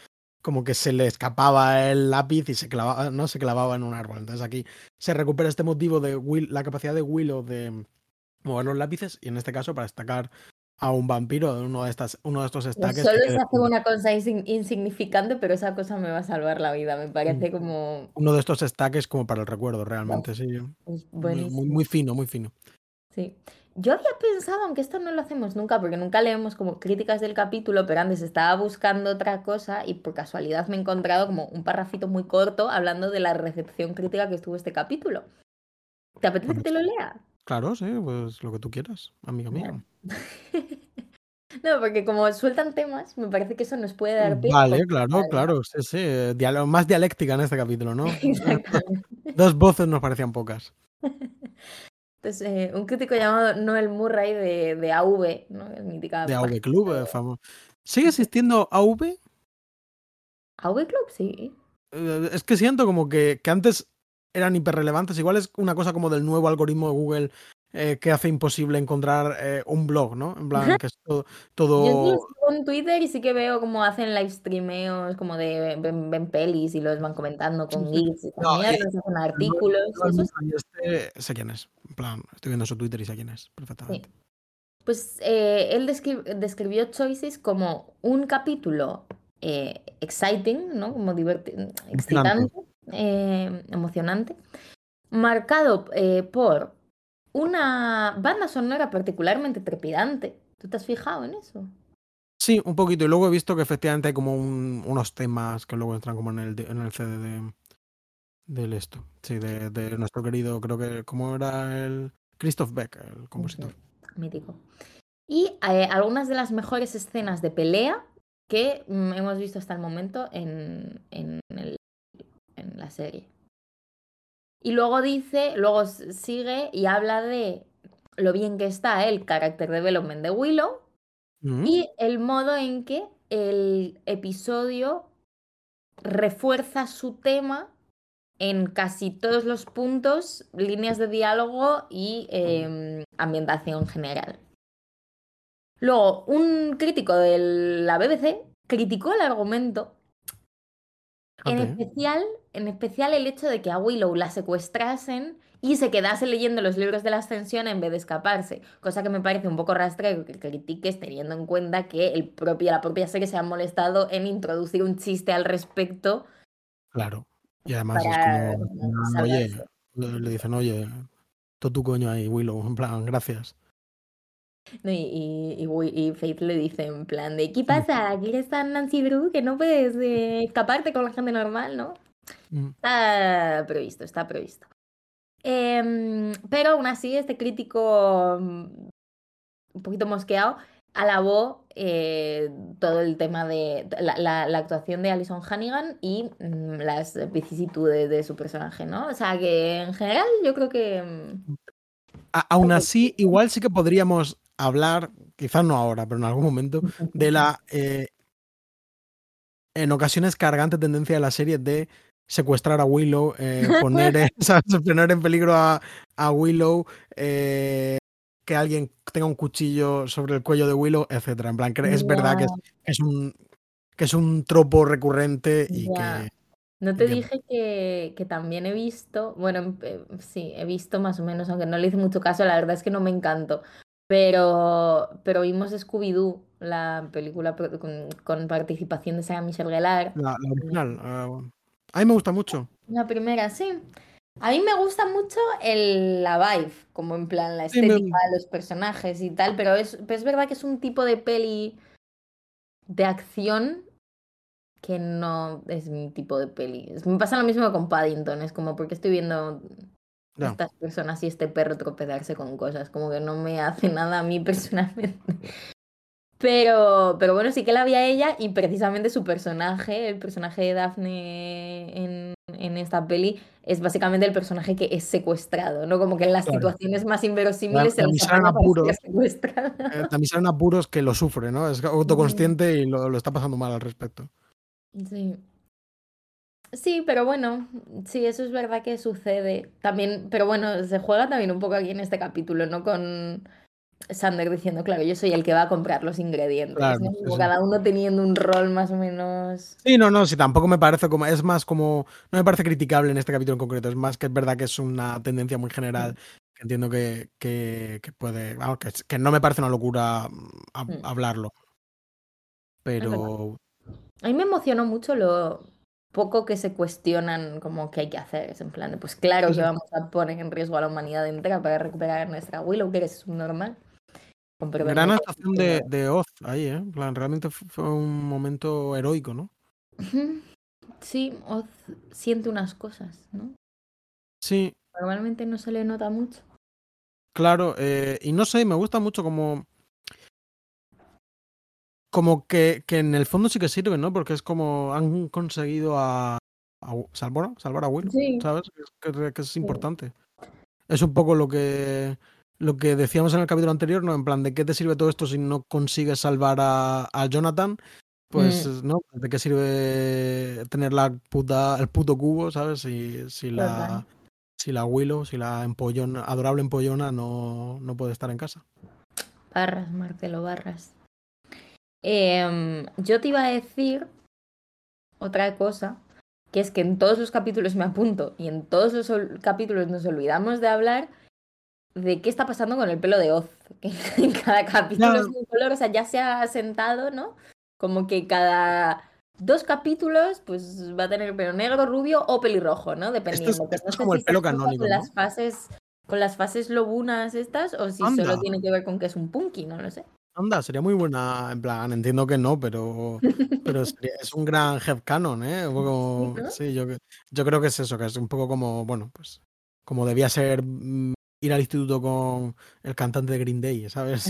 [SPEAKER 1] como que se le escapaba el lápiz y se clavaba, ¿no? Se clavaba en un árbol. Entonces aquí se recupera este motivo de la capacidad de Willow de mover los lápices y en este caso para destacar a un vampiro de uno de estos
[SPEAKER 2] Pero
[SPEAKER 1] stacks que
[SPEAKER 2] solo
[SPEAKER 1] hay que
[SPEAKER 2] es hacer
[SPEAKER 1] defender.
[SPEAKER 2] una cosa insignificante, pero esa cosa me va a salvar la vida. Me
[SPEAKER 1] Mm.
[SPEAKER 2] parece como...
[SPEAKER 1] Uno de estos stacks como para el recuerdo,
[SPEAKER 2] Uf,
[SPEAKER 1] realmente, sí.
[SPEAKER 2] es
[SPEAKER 1] Muy, muy,
[SPEAKER 2] buenísimo.
[SPEAKER 1] muy fino, muy fino.
[SPEAKER 2] Sí. Yo había pensado, aunque esto no lo hacemos nunca, porque nunca leemos como críticas del capítulo, pero antes estaba buscando otra cosa y por casualidad me he encontrado como un parrafito muy corto hablando de la recepción crítica que estuvo este capítulo. ¿Te apetece que te
[SPEAKER 1] Pues
[SPEAKER 2] lo lea?
[SPEAKER 1] claro, sí, pues lo que tú quieras, amiga
[SPEAKER 2] Vale.
[SPEAKER 1] mía.
[SPEAKER 2] No, porque como sueltan temas, me parece que eso nos puede dar pie a
[SPEAKER 1] Vale, claro,
[SPEAKER 2] comentar, ¿no?
[SPEAKER 1] claro, sí, sí. Más dialéctica en este capítulo, ¿no?
[SPEAKER 2] Exactamente.
[SPEAKER 1] Dos voces nos parecían pocas.
[SPEAKER 2] Entonces, un crítico llamado Noel Murray de AV, ¿no? Es
[SPEAKER 1] De
[SPEAKER 2] mítica
[SPEAKER 1] AV
[SPEAKER 2] página
[SPEAKER 1] Club, famoso. ¿Sigue
[SPEAKER 2] de...
[SPEAKER 1] existiendo AV?
[SPEAKER 2] AV Club, sí.
[SPEAKER 1] Es que siento como que antes eran hiperrelevantes. Igual es una cosa como del nuevo algoritmo de Google que hace imposible encontrar un blog, ¿no? En plan, que es todo,
[SPEAKER 2] Yo sí los
[SPEAKER 1] todo-
[SPEAKER 2] sigo en Twitter y sí que veo cómo hacen live streameos, como de ven pelis y los van comentando
[SPEAKER 1] Sí,
[SPEAKER 2] con
[SPEAKER 1] sí.
[SPEAKER 2] GIFs y estas
[SPEAKER 1] No, y
[SPEAKER 2] mierdas, hacen artículos,
[SPEAKER 1] el
[SPEAKER 2] eso
[SPEAKER 1] mundo y sé quién es. En plan, estoy viendo su Twitter y sé quién es, perfectamente.
[SPEAKER 2] sí. Pues él describió Choices como un capítulo exciting, ¿no? Como
[SPEAKER 1] Emocionante.
[SPEAKER 2] excitante, emocionante, marcado por una banda sonora particularmente trepidante. ¿Tú te has fijado en eso?
[SPEAKER 1] Sí, un poquito. Y luego he visto que efectivamente hay como unos temas que luego entran como en el CD del esto. Sí, de nuestro querido, creo que, ¿cómo era el? Christoph Beck, el
[SPEAKER 2] Ujú,
[SPEAKER 1] compositor.
[SPEAKER 2] mítico. Y algunas de las mejores escenas de pelea que hemos visto hasta el momento en la serie. Y luego dice, luego sigue y habla de lo bien que está el character development de Willow
[SPEAKER 1] Mm.
[SPEAKER 2] y el modo en que el episodio refuerza su tema en casi todos los puntos, líneas de diálogo y ambientación general. Luego, un crítico de la BBC criticó el argumento, en
[SPEAKER 1] Fíjate, ¿eh?
[SPEAKER 2] especial, en especial el hecho de que a Willow la secuestrasen y se quedase leyendo los libros de la Ascensión en vez de escaparse, cosa que me parece un poco rastrero que critiques teniendo en cuenta que la propia serie se ha molestado en introducir un chiste al respecto
[SPEAKER 1] Claro. Y además es
[SPEAKER 2] para
[SPEAKER 1] como, al final, oye,
[SPEAKER 2] salvarse.
[SPEAKER 1] le dicen, oye, todo tu coño ahí, Willow, en plan, gracias.
[SPEAKER 2] No, y Faith le dice en plan de, ¿qué
[SPEAKER 1] Mm,
[SPEAKER 2] pasa? ¿Que eres tan Nancy Drew que no puedes escaparte con la gente normal, ¿no?
[SPEAKER 1] mm.
[SPEAKER 2] Está previsto, está previsto. Pero aún así, este crítico un poquito mosqueado alabó todo el tema de la actuación de Alison Hannigan y las vicisitudes de su personaje, ¿no? O sea que en general yo creo que...
[SPEAKER 1] Aún así, igual sí que podríamos hablar, quizás no ahora, pero en algún momento, de la en ocasiones cargante tendencia de la serie de secuestrar a Willow, ¿sabes? Poner en peligro a Willow, que alguien tenga un cuchillo sobre el cuello de Willow, etcétera. En plan, que es verdad
[SPEAKER 2] Ya,
[SPEAKER 1] que es un tropo recurrente
[SPEAKER 2] ya. No
[SPEAKER 1] y
[SPEAKER 2] te
[SPEAKER 1] que
[SPEAKER 2] dije que también he visto, bueno, sí, he visto más o menos, aunque no le hice mucho caso, la verdad es que no me encantó, pero vimos Scooby-Doo, la película con participación de Sarah Michelle Gellar.
[SPEAKER 1] la original. A mí me gusta mucho.
[SPEAKER 2] La primera, sí. A mí me gusta mucho la vibe, como en plan la
[SPEAKER 1] Sí,
[SPEAKER 2] estética de los personajes y tal, pero es verdad que es un tipo de peli de acción que no es mi tipo de peli. Me pasa lo mismo con Paddington, es como porque estoy viendo
[SPEAKER 1] ya,
[SPEAKER 2] estas personas y este perro tropezarse con cosas, como que no me hace nada a mí personalmente. Pero bueno, sí que la vi a ella y precisamente su personaje, el personaje de Daphne en esta peli, es básicamente el personaje que es secuestrado, ¿no? Como que en las
[SPEAKER 1] claro.
[SPEAKER 2] situaciones más inverosímiles se les
[SPEAKER 1] También salen
[SPEAKER 2] apaña para ser
[SPEAKER 1] apuros,
[SPEAKER 2] secuestrada.
[SPEAKER 1] también salen apuros que lo sufre, ¿no? Es
[SPEAKER 2] Mm,
[SPEAKER 1] autoconsciente y lo está pasando mal al respecto.
[SPEAKER 2] sí. Sí, pero bueno, sí, eso es verdad que sucede también, pero bueno, se juega también un poco aquí en este capítulo, ¿no? Sander diciendo, claro, yo soy el que va a comprar los ingredientes,
[SPEAKER 1] Claro,
[SPEAKER 2] ¿no?
[SPEAKER 1] sí,
[SPEAKER 2] Como
[SPEAKER 1] sí.
[SPEAKER 2] cada uno teniendo un rol más o menos.
[SPEAKER 1] Sí, no, no, sí, tampoco me parece como, es más como, no me parece criticable en este capítulo en concreto, es más que es verdad que es una tendencia muy general,
[SPEAKER 2] Mm,
[SPEAKER 1] que entiendo que puede, vamos, que no me parece una locura
[SPEAKER 2] mm,
[SPEAKER 1] hablarlo,
[SPEAKER 2] es verdad.
[SPEAKER 1] pero
[SPEAKER 2] A mí me emocionó mucho lo poco que se cuestionan como que hay que hacer. Es en plan de, pues claro
[SPEAKER 1] sí,
[SPEAKER 2] que
[SPEAKER 1] sí.
[SPEAKER 2] vamos a poner en riesgo a la humanidad entera para recuperar nuestra Willow, que eres un normal.
[SPEAKER 1] Gran
[SPEAKER 2] Comprobemos que
[SPEAKER 1] actuación
[SPEAKER 2] primero.
[SPEAKER 1] de Oz ahí, ¿eh? En plan, realmente fue un momento heroico, ¿no?
[SPEAKER 2] Ujú. Sí, Oz siente unas cosas, ¿no?
[SPEAKER 1] Sí,
[SPEAKER 2] Normalmente no se le nota mucho.
[SPEAKER 1] claro, y no sé, me gusta mucho como que en el fondo sí que sirve, ¿no? Porque es como han conseguido salvar a Willow,
[SPEAKER 2] Sí,
[SPEAKER 1] ¿sabes? Que es
[SPEAKER 2] sí.
[SPEAKER 1] importante. Es un poco lo que decíamos en el capítulo anterior, ¿no? En plan, ¿de qué te sirve todo esto si no consigues salvar a Jonathan? Pues,
[SPEAKER 2] Mm,
[SPEAKER 1] ¿no? ¿De qué sirve tener el puto cubo, ¿sabes?
[SPEAKER 2] total.
[SPEAKER 1] Si la Willow, si la adorable empollona no puede estar en casa.
[SPEAKER 2] Barras, Marcelo, barras. Yo te iba a decir otra cosa, que es que en todos los capítulos me apunto y en todos los capítulos nos olvidamos de hablar de qué está pasando con el pelo de Oz. Que en cada capítulo
[SPEAKER 1] Ya,
[SPEAKER 2] es un color, o sea, ya se ha asentado, ¿no? Como que cada 2 capítulos, pues va a tener pelo negro, rubio o pelirrojo, ¿no?
[SPEAKER 1] esto es,
[SPEAKER 2] Dependiendo. Que
[SPEAKER 1] esto
[SPEAKER 2] no
[SPEAKER 1] es
[SPEAKER 2] sé
[SPEAKER 1] como
[SPEAKER 2] si
[SPEAKER 1] el
[SPEAKER 2] se
[SPEAKER 1] pelo
[SPEAKER 2] junta
[SPEAKER 1] canónico, ¿no?
[SPEAKER 2] con las fases lobunas estas, o si solo
[SPEAKER 1] Anda,
[SPEAKER 2] tiene que ver con que es un punky, no lo sé.
[SPEAKER 1] anda, sería muy buena, en plan, entiendo que no, pero es un gran headcanon, ¿eh?
[SPEAKER 2] Sí, ¿no?
[SPEAKER 1] Sí, yo creo que es eso, que es un poco como, bueno, pues, como debía ser ir al instituto con el cantante de Green Day, ¿sabes?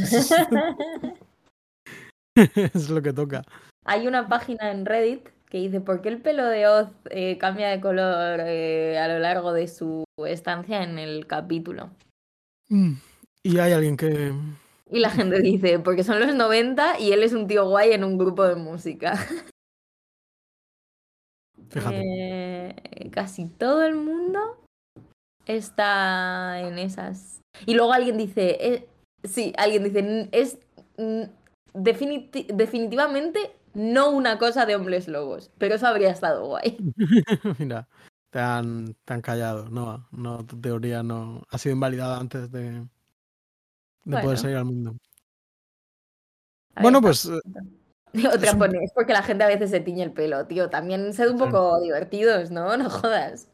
[SPEAKER 1] Es lo que toca.
[SPEAKER 2] Hay una página en Reddit que dice, ¿por qué el pelo de Oz cambia de color a lo largo de su estancia en el capítulo?
[SPEAKER 1] Mm. Y hay alguien que,
[SPEAKER 2] Y la gente dice, porque son los 90 y él es un tío guay en un grupo de música.
[SPEAKER 1] fíjate,
[SPEAKER 2] Casi todo el mundo está en esas. Y luego alguien dice, sí, alguien dice, es mm, definitivamente no una cosa de hombres lobos, pero eso habría estado guay.
[SPEAKER 1] mira, te han callado, no, no, tu teoría no ha sido invalidada antes de poder
[SPEAKER 2] Bueno,
[SPEAKER 1] salir al mundo.
[SPEAKER 2] habría
[SPEAKER 1] Bueno,
[SPEAKER 2] estado.
[SPEAKER 1] pues es
[SPEAKER 2] Otra
[SPEAKER 1] un...
[SPEAKER 2] pone, es porque la gente a veces se tiñe el pelo, tío. También sed un poco divertidos, ¿no? No jodas.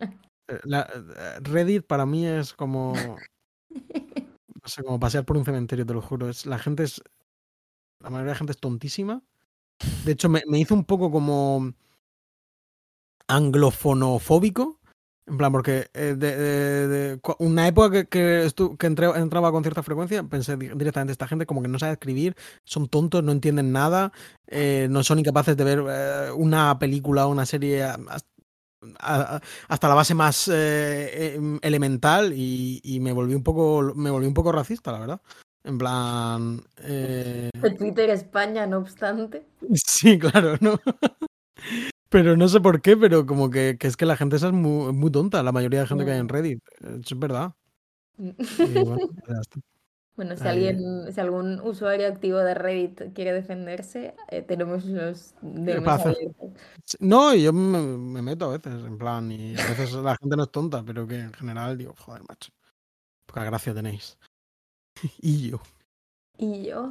[SPEAKER 1] Reddit para mí es como, no sé, como pasear por un cementerio, te lo juro. La mayoría de la gente es tontísima. De hecho, me hizo un poco como anglofonofóbico. En plan, porque una época que entraba con cierta frecuencia, pensé directamente, esta gente como que no sabe escribir, son tontos, no entienden nada, no son incapaces de ver una película o una serie hasta la base más elemental y me volví un poco racista, la verdad. En plan,
[SPEAKER 2] De Twitter España, no obstante.
[SPEAKER 1] sí, claro, ¿no? Pero no sé por qué, pero como que es que la gente esa es muy, muy tonta, la mayoría de gente que hay en
[SPEAKER 2] Mm.
[SPEAKER 1] Reddit. Eso es verdad. Y bueno, ya está.
[SPEAKER 2] Bueno,
[SPEAKER 1] Ahí,
[SPEAKER 2] si algún usuario activo de Reddit quiere defenderse, tenemos los
[SPEAKER 1] para
[SPEAKER 2] DMs
[SPEAKER 1] hacer.
[SPEAKER 2] abiertos.
[SPEAKER 1] No, y yo me meto a veces, en plan, y a veces la gente no es tonta, pero que en general digo, joder, macho, poca gracia tenéis. Y yo.
[SPEAKER 2] Y yo,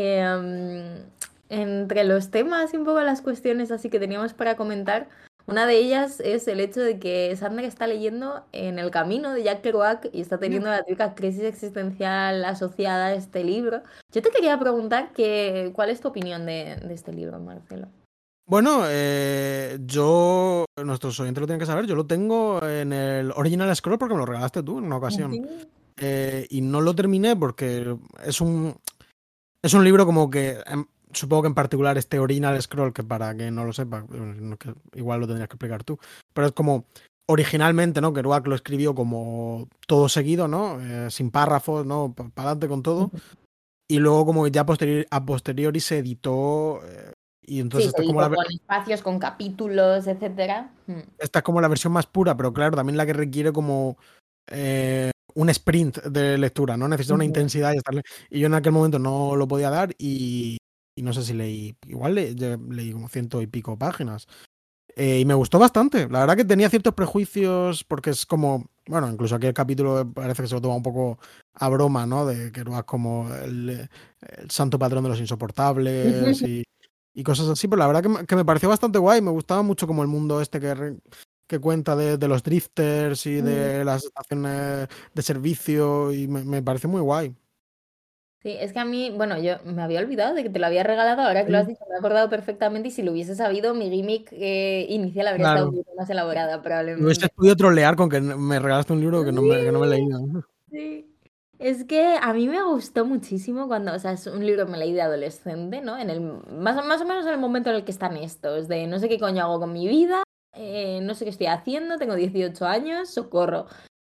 [SPEAKER 2] entre los temas y un poco las cuestiones así que teníamos para comentar, una de ellas es el hecho de que Sandra está leyendo En el camino de Jack Kerouac y está teniendo la típica crisis existencial asociada a este libro. Yo te quería preguntar ¿cuál es tu opinión de este libro, Marcelo?
[SPEAKER 1] Bueno, nuestros oyentes lo tienen que saber, yo lo tengo en el Original Scroll porque me lo regalaste tú en una ocasión.
[SPEAKER 2] Ujú.
[SPEAKER 1] Y no lo terminé porque es un libro como que, supongo que en particular este Original Scroll, que para que no lo sepa, que igual lo tendrías que explicar tú, pero es como originalmente, ¿no? Kerouac lo escribió como todo seguido, ¿no? Sin párrafos, ¿no? Para adelante con todo. Y luego como que ya a posteriori se editó y entonces
[SPEAKER 2] Sí, se editó con espacios, con capítulos, etcétera.
[SPEAKER 1] esta es como la versión más pura, pero claro, también la que requiere como un sprint de lectura, ¿no? Necesitaba una
[SPEAKER 2] Ujú.
[SPEAKER 1] intensidad y yo en aquel momento no lo podía dar y no sé si leí, igual leí como 100 y pico páginas. Y me gustó bastante. La verdad que tenía ciertos prejuicios porque es como, bueno, incluso aquí el capítulo parece que se lo toma un poco a broma, ¿no? De que Kerouac como el santo patrón de los insoportables y cosas así, pero la verdad que me pareció bastante guay. Me gustaba mucho como el mundo este que cuenta de los drifters y
[SPEAKER 2] Mm.
[SPEAKER 1] de las estaciones de servicio y me pareció muy guay.
[SPEAKER 2] Sí, es que a mí, bueno, yo me había olvidado de que te lo había regalado, ahora que lo has
[SPEAKER 1] Sí,
[SPEAKER 2] dicho, me he acordado perfectamente y si lo hubiese sabido, mi gimmick inicial habría estado
[SPEAKER 1] claro.
[SPEAKER 2] mucho más elaborada
[SPEAKER 1] Y hubiese
[SPEAKER 2] probablemente.
[SPEAKER 1] podido trolear con que me regalaste un libro que no me he
[SPEAKER 2] Sí,
[SPEAKER 1] leído.
[SPEAKER 2] sí. Es que a mí me gustó muchísimo cuando, o sea, es un libro que me leí de adolescente, ¿no? Más o menos en el momento en el que están estos, de no sé qué coño hago con mi vida, no sé qué estoy haciendo, tengo 18 años, socorro.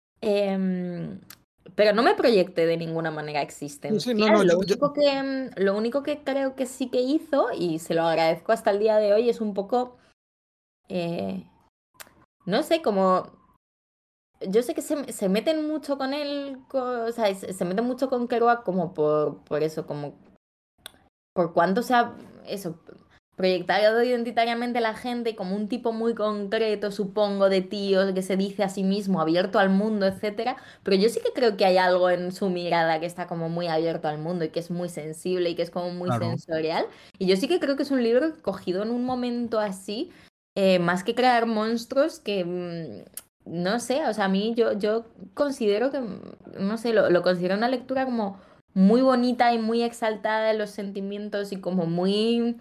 [SPEAKER 2] Em, pero no me proyecté de ninguna manera
[SPEAKER 1] Sí, sí,
[SPEAKER 2] existencial.
[SPEAKER 1] no, no,
[SPEAKER 2] Lo único que creo que sí que hizo, y se lo agradezco hasta el día de hoy, es un poco, eh, no sé, como yo sé que se meten mucho con él, o sea, se meten mucho con Kerouac como por eso, como por cuánto se ha, eso, proyectado identitariamente la gente como un tipo muy concreto, supongo, de tío que se dice a sí mismo abierto al mundo, etcétera. Pero yo sí que creo que hay algo en su mirada que está como muy abierto al mundo y que es muy sensible y que es como muy
[SPEAKER 1] claro.
[SPEAKER 2] sensorial. Y yo sí que creo que es un libro cogido en un momento así, más que crear monstruos que no sé, o sea, a mí yo considero que, no sé, lo considero una lectura como muy bonita y muy exaltada en los sentimientos y como muy,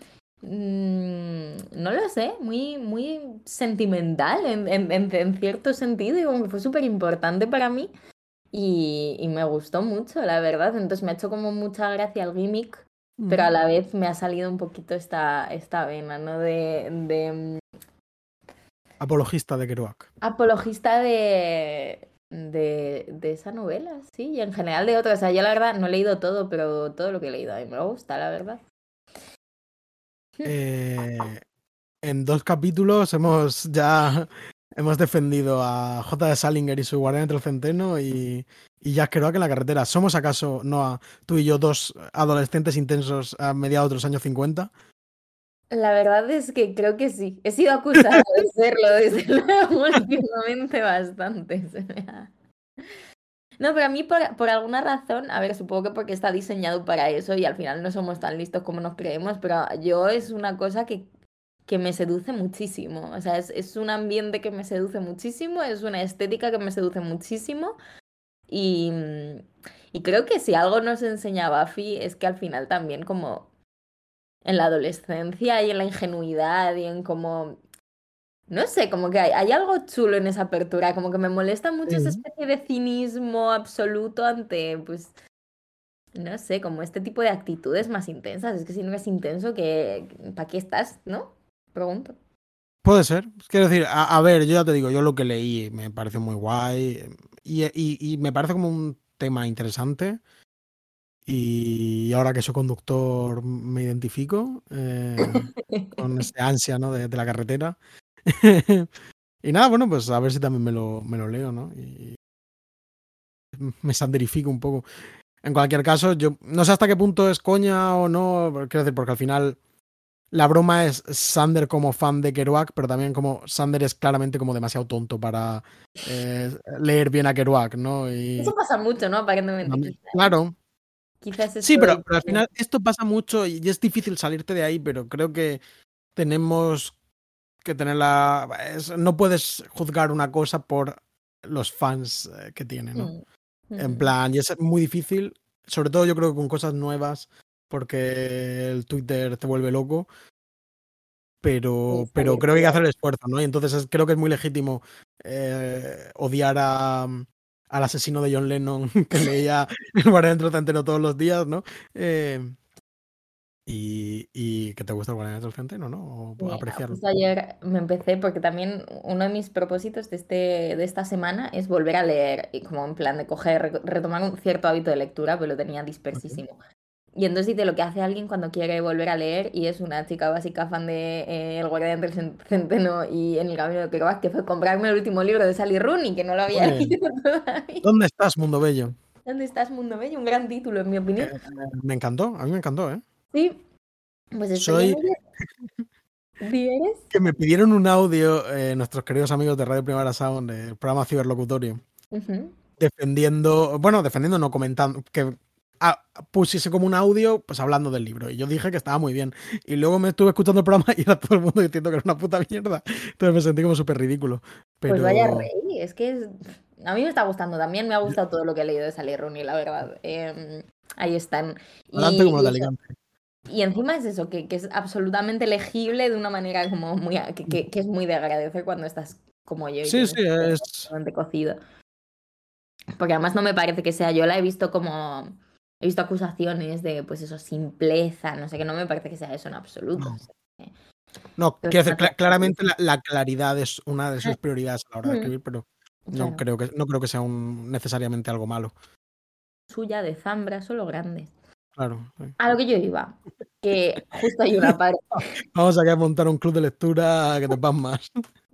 [SPEAKER 2] no lo sé, muy sentimental en cierto sentido y como que fue súper importante para mí y me gustó mucho, la verdad. Entonces me ha hecho como mucha gracia el gimmick, pero a
[SPEAKER 1] Mm.
[SPEAKER 2] la vez me ha salido un poquito esta vena, ¿no? De
[SPEAKER 1] Apologista de Kerouac.
[SPEAKER 2] apologista de esa novela, sí, y en general de otras. O sea, yo la verdad no he leído todo, pero todo lo que he leído a mí me gusta, la verdad.
[SPEAKER 1] Eh, en 2 capítulos hemos defendido a J. de Salinger y su Guardián entre el Centeno y Jack Kerouac en la carretera. ¿Somos acaso, Noah, tú y yo, dos adolescentes intensos a mediados de los años 50?
[SPEAKER 2] La verdad es que creo que sí. He sido acusada de serlo, desde luego, últimamente bastante. No, pero a mí por alguna razón, a ver, supongo que porque está diseñado para eso y al final no somos tan listos como nos creemos, pero yo es una cosa que me seduce muchísimo. O sea, es un ambiente que me seduce muchísimo, es una estética que me seduce muchísimo y, y creo que si algo nos enseña Buffy es que al final también como en la adolescencia y en la ingenuidad y en como, no sé, como que hay algo chulo en esa apertura, como que me molesta mucho esa
[SPEAKER 1] Sí.
[SPEAKER 2] especie de cinismo absoluto ante, pues, no sé, como este tipo de actitudes más intensas. Es que si no es intenso, ¿para qué estás, no? Pregunto.
[SPEAKER 1] Puede ser. Quiero decir, a ver, yo ya te digo, yo lo que leí me pareció muy guay y me parece como un tema interesante. Y ahora que soy conductor me identifico con ese ansia, ¿no? de la carretera. Y nada, bueno, pues a ver si también me lo leo, ¿no? Y me sanderifico un poco. En cualquier caso, yo no sé hasta qué punto es coña o no, quiero decir, porque al final la broma es Sander como fan de Kerouac, pero también como Sander es claramente como demasiado tonto para leer bien a Kerouac, ¿no?
[SPEAKER 2] Eso pasa mucho, ¿no? Aparentemente,
[SPEAKER 1] Claro,
[SPEAKER 2] quizás
[SPEAKER 1] sí,
[SPEAKER 2] esto
[SPEAKER 1] pero al final esto pasa mucho y es difícil salirte de ahí, pero creo que tenemos que tenerla. No puedes juzgar una cosa por los fans que tiene, ¿no?
[SPEAKER 2] Mm,
[SPEAKER 1] En
[SPEAKER 2] mm.
[SPEAKER 1] plan, y es muy difícil, sobre todo yo creo que con cosas nuevas, porque el Twitter te vuelve loco,
[SPEAKER 2] Sí,
[SPEAKER 1] pero creo que
[SPEAKER 2] salirte
[SPEAKER 1] hay que
[SPEAKER 2] de
[SPEAKER 1] hacer
[SPEAKER 2] ahí.
[SPEAKER 1] el esfuerzo, ¿no? Y entonces creo que es muy legítimo odiar al asesino de John Lennon que leía el Guardián del Centeno todos los días, ¿no? Y que te gusta el Guardián del Centeno, ¿no? O
[SPEAKER 2] Sí,
[SPEAKER 1] apreciarlo.
[SPEAKER 2] justo ayer me empecé porque también uno de mis propósitos de esta semana es volver a leer y como en plan de coger, retomar un cierto hábito de lectura, pues lo tenía
[SPEAKER 1] Ok.
[SPEAKER 2] dispersísimo. Y entonces dice lo que hace alguien cuando quiere volver a leer y es una chica básica fan de El Guardián del Centeno y En el Camino de Kerouac, que fue comprarme el último libro de Sally Rooney, que no lo había
[SPEAKER 1] Oye,
[SPEAKER 2] leído todavía.
[SPEAKER 1] ¿dónde estás, Mundo Bello?
[SPEAKER 2] ¿Dónde estás, Mundo Bello? Un gran título, en mi opinión.
[SPEAKER 1] Me encantó, a mí me encantó, ¿eh?
[SPEAKER 2] Sí, pues estoy en
[SPEAKER 1] Soy
[SPEAKER 2] ello. ¿Vienes?
[SPEAKER 1] que me pidieron un audio nuestros queridos amigos de Radio Primavera Sound, del programa Ciberlocutorio,
[SPEAKER 2] Ujú.
[SPEAKER 1] defendiendo, no comentando, que pusiese como un audio, pues hablando del libro. Y yo dije que estaba muy bien. Y luego me estuve escuchando el programa y era todo el mundo diciendo que era una puta mierda. Entonces me sentí como súper ridículo.
[SPEAKER 2] Pues vaya
[SPEAKER 1] Pero
[SPEAKER 2] rey, es que a mí me está gustando también, me ha gustado todo lo que he leído de Sally Rooney, la verdad. Ahí están.
[SPEAKER 1] adelante como los
[SPEAKER 2] Y
[SPEAKER 1] de
[SPEAKER 2] eso.
[SPEAKER 1] Alicante.
[SPEAKER 2] Y encima es eso, que es absolutamente legible de una manera como muy, que es muy de agradecer cuando estás como yo y
[SPEAKER 1] Sí,
[SPEAKER 2] tienes
[SPEAKER 1] sí, es.
[SPEAKER 2] bastante cocido. Porque además no me parece que sea yo, la he visto como, he visto acusaciones de, pues eso, simpleza, no sé, que no me parece que sea eso en absoluto. O
[SPEAKER 1] No,
[SPEAKER 2] sea,
[SPEAKER 1] no,
[SPEAKER 2] que es
[SPEAKER 1] quiero decir,
[SPEAKER 2] demasiado
[SPEAKER 1] claramente la claridad es una de sus prioridades a la hora de
[SPEAKER 2] Mm,
[SPEAKER 1] escribir, pero
[SPEAKER 2] claro,
[SPEAKER 1] no creo que sea necesariamente algo malo.
[SPEAKER 2] suya de Zambra, solo grandes.
[SPEAKER 1] Claro. Sí.
[SPEAKER 2] A lo que yo iba, que justo hay una parte.
[SPEAKER 1] Vamos a montar un club de lectura que te van más.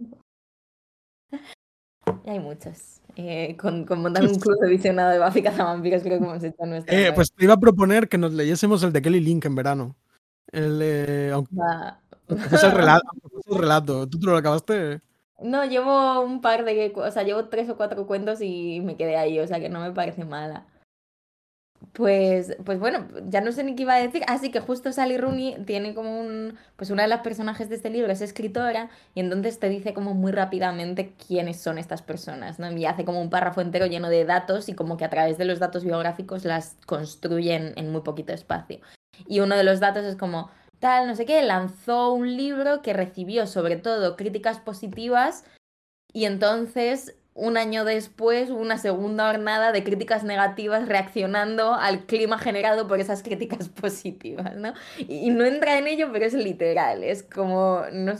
[SPEAKER 2] Y hay muchos. Con montar un club de visionado de Buffy Cazavampiros creo que hemos hecho nuestra parte.
[SPEAKER 1] Pues te iba a proponer que nos leyésemos el de Kelly Link en verano.
[SPEAKER 2] Va.
[SPEAKER 1] Aunque fuese el relato, ¿Tú te lo acabaste?
[SPEAKER 2] No, llevo un par de, o sea, llevo 3 o 4 cuentos y me quedé ahí, o sea que no me parece mala. Pues bueno, ya no sé ni qué iba a decir. Así que justo Sally Rooney tiene como pues una de las personajes de este libro es escritora y entonces te dice como muy rápidamente quiénes son estas personas, ¿no? Y hace como un párrafo entero lleno de datos y como que a través de los datos biográficos las construyen en muy poquito espacio. Y uno de los datos es como tal, no sé qué, lanzó un libro que recibió sobre todo críticas positivas y entonces, un año después, hubo una segunda hornada de críticas negativas reaccionando al clima generado por esas críticas positivas, ¿no? Y no entra en ello, pero es literal. Es como,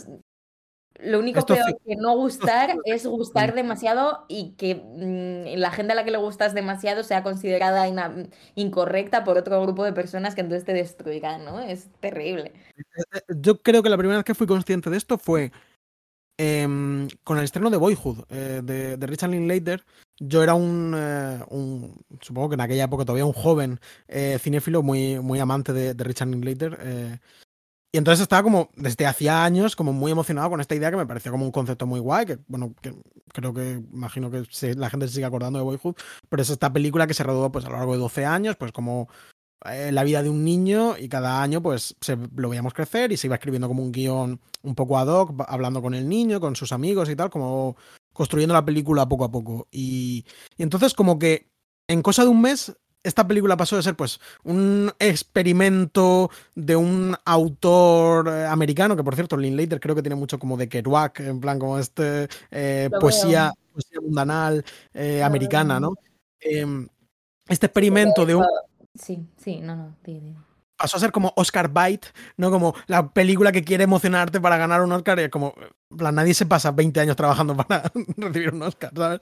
[SPEAKER 2] lo único
[SPEAKER 1] Esto,
[SPEAKER 2] peor que no
[SPEAKER 1] esto
[SPEAKER 2] gustar es gustar demasiado y que la gente a la que le gustas demasiado sea considerada incorrecta por otro grupo de personas que entonces te destruirán, ¿no? Es terrible.
[SPEAKER 1] Yo creo que la primera vez que fui consciente de esto fue con el estreno de Boyhood, de Richard Linklater. Yo era supongo que en aquella época todavía un joven cinéfilo muy, muy amante de Richard Linklater. Y entonces estaba como, desde hacía años, como muy emocionado con esta idea que me parecía como un concepto muy guay, que bueno, que creo que, imagino que la gente se sigue acordando de Boyhood, pero es esta película que se rodó pues a lo largo de 12 años, pues como la vida de un niño y cada año pues lo veíamos crecer y se iba escribiendo como un guión un poco ad hoc, hablando con el niño, con sus amigos y tal, como construyendo la película poco a poco. Y entonces como que en cosa de un mes esta película pasó de ser pues un experimento de un autor americano, que por cierto Linklater creo que tiene mucho como de Kerouac, en plan como
[SPEAKER 2] Lo veo,
[SPEAKER 1] poesía mundanal
[SPEAKER 2] lo
[SPEAKER 1] americana,
[SPEAKER 2] veo.
[SPEAKER 1] ¿no? Este
[SPEAKER 2] Sí,
[SPEAKER 1] experimento de un
[SPEAKER 2] sí, sí, no, no, di.
[SPEAKER 1] pasó a ser como Oscar Bite, ¿no? Como la película que quiere emocionarte para ganar un Oscar y es como, en plan, nadie se pasa 20 años trabajando para recibir un Oscar, ¿sabes?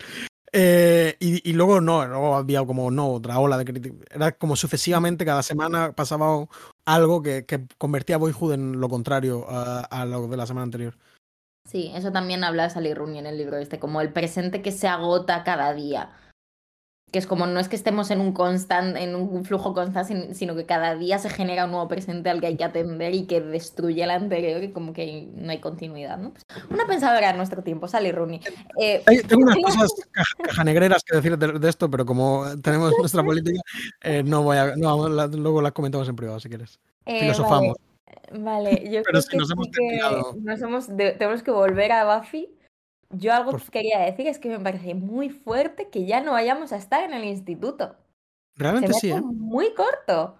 [SPEAKER 1] Y luego no, luego había como no, otra ola de crítica. Era como sucesivamente, cada semana pasaba algo que convertía a Boyhood en lo contrario a lo de la semana anterior.
[SPEAKER 2] Sí, eso también habla Sally Rooney en el libro este, como el presente que se agota cada día. Que es como no es que estemos en un flujo constante, sino que cada día se genera un nuevo presente al que hay que atender y que destruye el anterior y como que no hay continuidad, ¿no? Pues una pensadora de nuestro tiempo, Sally Rooney.
[SPEAKER 1] Tengo unas cosas cajanegreras que decir de esto, pero como tenemos nuestra política, luego las comentamos en privado si quieres.
[SPEAKER 2] Vale,
[SPEAKER 1] Filosofamos.
[SPEAKER 2] vale, yo
[SPEAKER 1] Pero
[SPEAKER 2] creo
[SPEAKER 1] sí,
[SPEAKER 2] que
[SPEAKER 1] nos hemos
[SPEAKER 2] sí que
[SPEAKER 1] desviado.
[SPEAKER 2] tenemos que volver a Buffy. Yo algo
[SPEAKER 1] Por
[SPEAKER 2] que quería decir es que me parece muy fuerte que ya no vayamos a estar en el instituto. Se
[SPEAKER 1] Realmente
[SPEAKER 2] me
[SPEAKER 1] sí,
[SPEAKER 2] hace
[SPEAKER 1] ¿eh?
[SPEAKER 2] muy corto.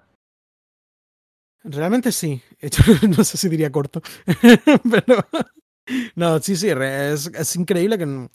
[SPEAKER 1] Realmente sí. De hecho, no sé si diría corto. Pero no, sí, sí, es increíble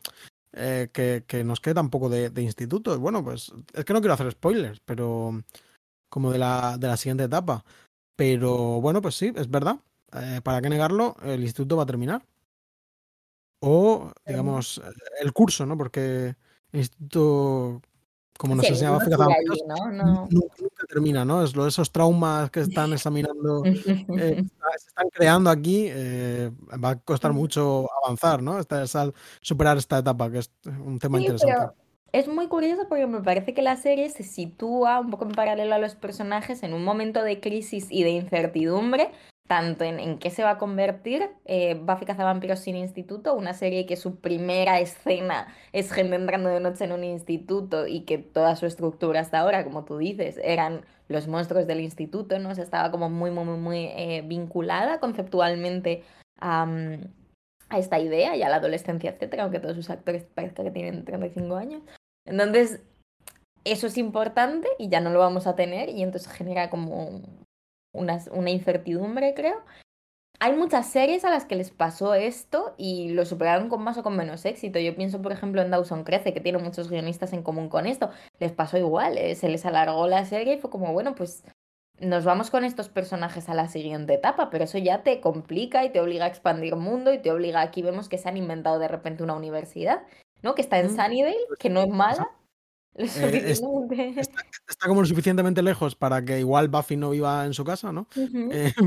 [SPEAKER 1] que nos quede tan poco de instituto. Bueno, pues es que no quiero hacer spoilers, pero como de la siguiente etapa. Pero bueno, pues sí, es verdad. ¿Para qué negarlo? El instituto va a terminar. O, digamos, el curso, ¿no? Porque el instituto como nos
[SPEAKER 2] Sí,
[SPEAKER 1] enseñaba
[SPEAKER 2] uno
[SPEAKER 1] África
[SPEAKER 2] sigue allí,
[SPEAKER 1] Vampiros,
[SPEAKER 2] ¿no? No.
[SPEAKER 1] nunca termina, ¿no? Esos traumas que están examinando, se están creando aquí, va a costar mucho avanzar, ¿no? Superar esta etapa, que es un tema
[SPEAKER 2] Sí,
[SPEAKER 1] interesante.
[SPEAKER 2] pero es muy curioso porque me parece que la serie se sitúa un poco en paralelo a los personajes en un momento de crisis y de incertidumbre, tanto en qué se va a convertir Buffy Cazavampiros sin instituto, una serie que su primera escena es gente entrando de noche en un instituto y que toda su estructura hasta ahora, como tú dices, eran los monstruos del instituto, ¿no? O sea, estaba como muy vinculada conceptualmente a esta idea y a la adolescencia, etcétera, aunque todos sus actores parezca que tienen 35 años. Entonces, eso es importante y ya no lo vamos a tener y entonces genera como una incertidumbre, creo. Hay muchas series a las que les pasó esto y lo superaron con más o con menos éxito. Yo pienso, por ejemplo, en Dawson Crece, que tiene muchos guionistas en común con esto. Les pasó igual, se les alargó la serie y fue como, bueno, pues nos vamos con estos personajes a la siguiente etapa, pero eso ya te complica y te obliga a expandir mundo y te obliga, aquí vemos que se han inventado de repente una universidad, ¿no? Que está en
[SPEAKER 1] Mm,
[SPEAKER 2] Sunnydale,
[SPEAKER 1] pues,
[SPEAKER 2] que no es mala,
[SPEAKER 1] exacto.
[SPEAKER 2] lo
[SPEAKER 1] Eh, es-
[SPEAKER 2] suficientemente.
[SPEAKER 1] está como lo suficientemente lejos para que igual Buffy no viva en su casa, ¿no?
[SPEAKER 2] Ujú.
[SPEAKER 1] Eh,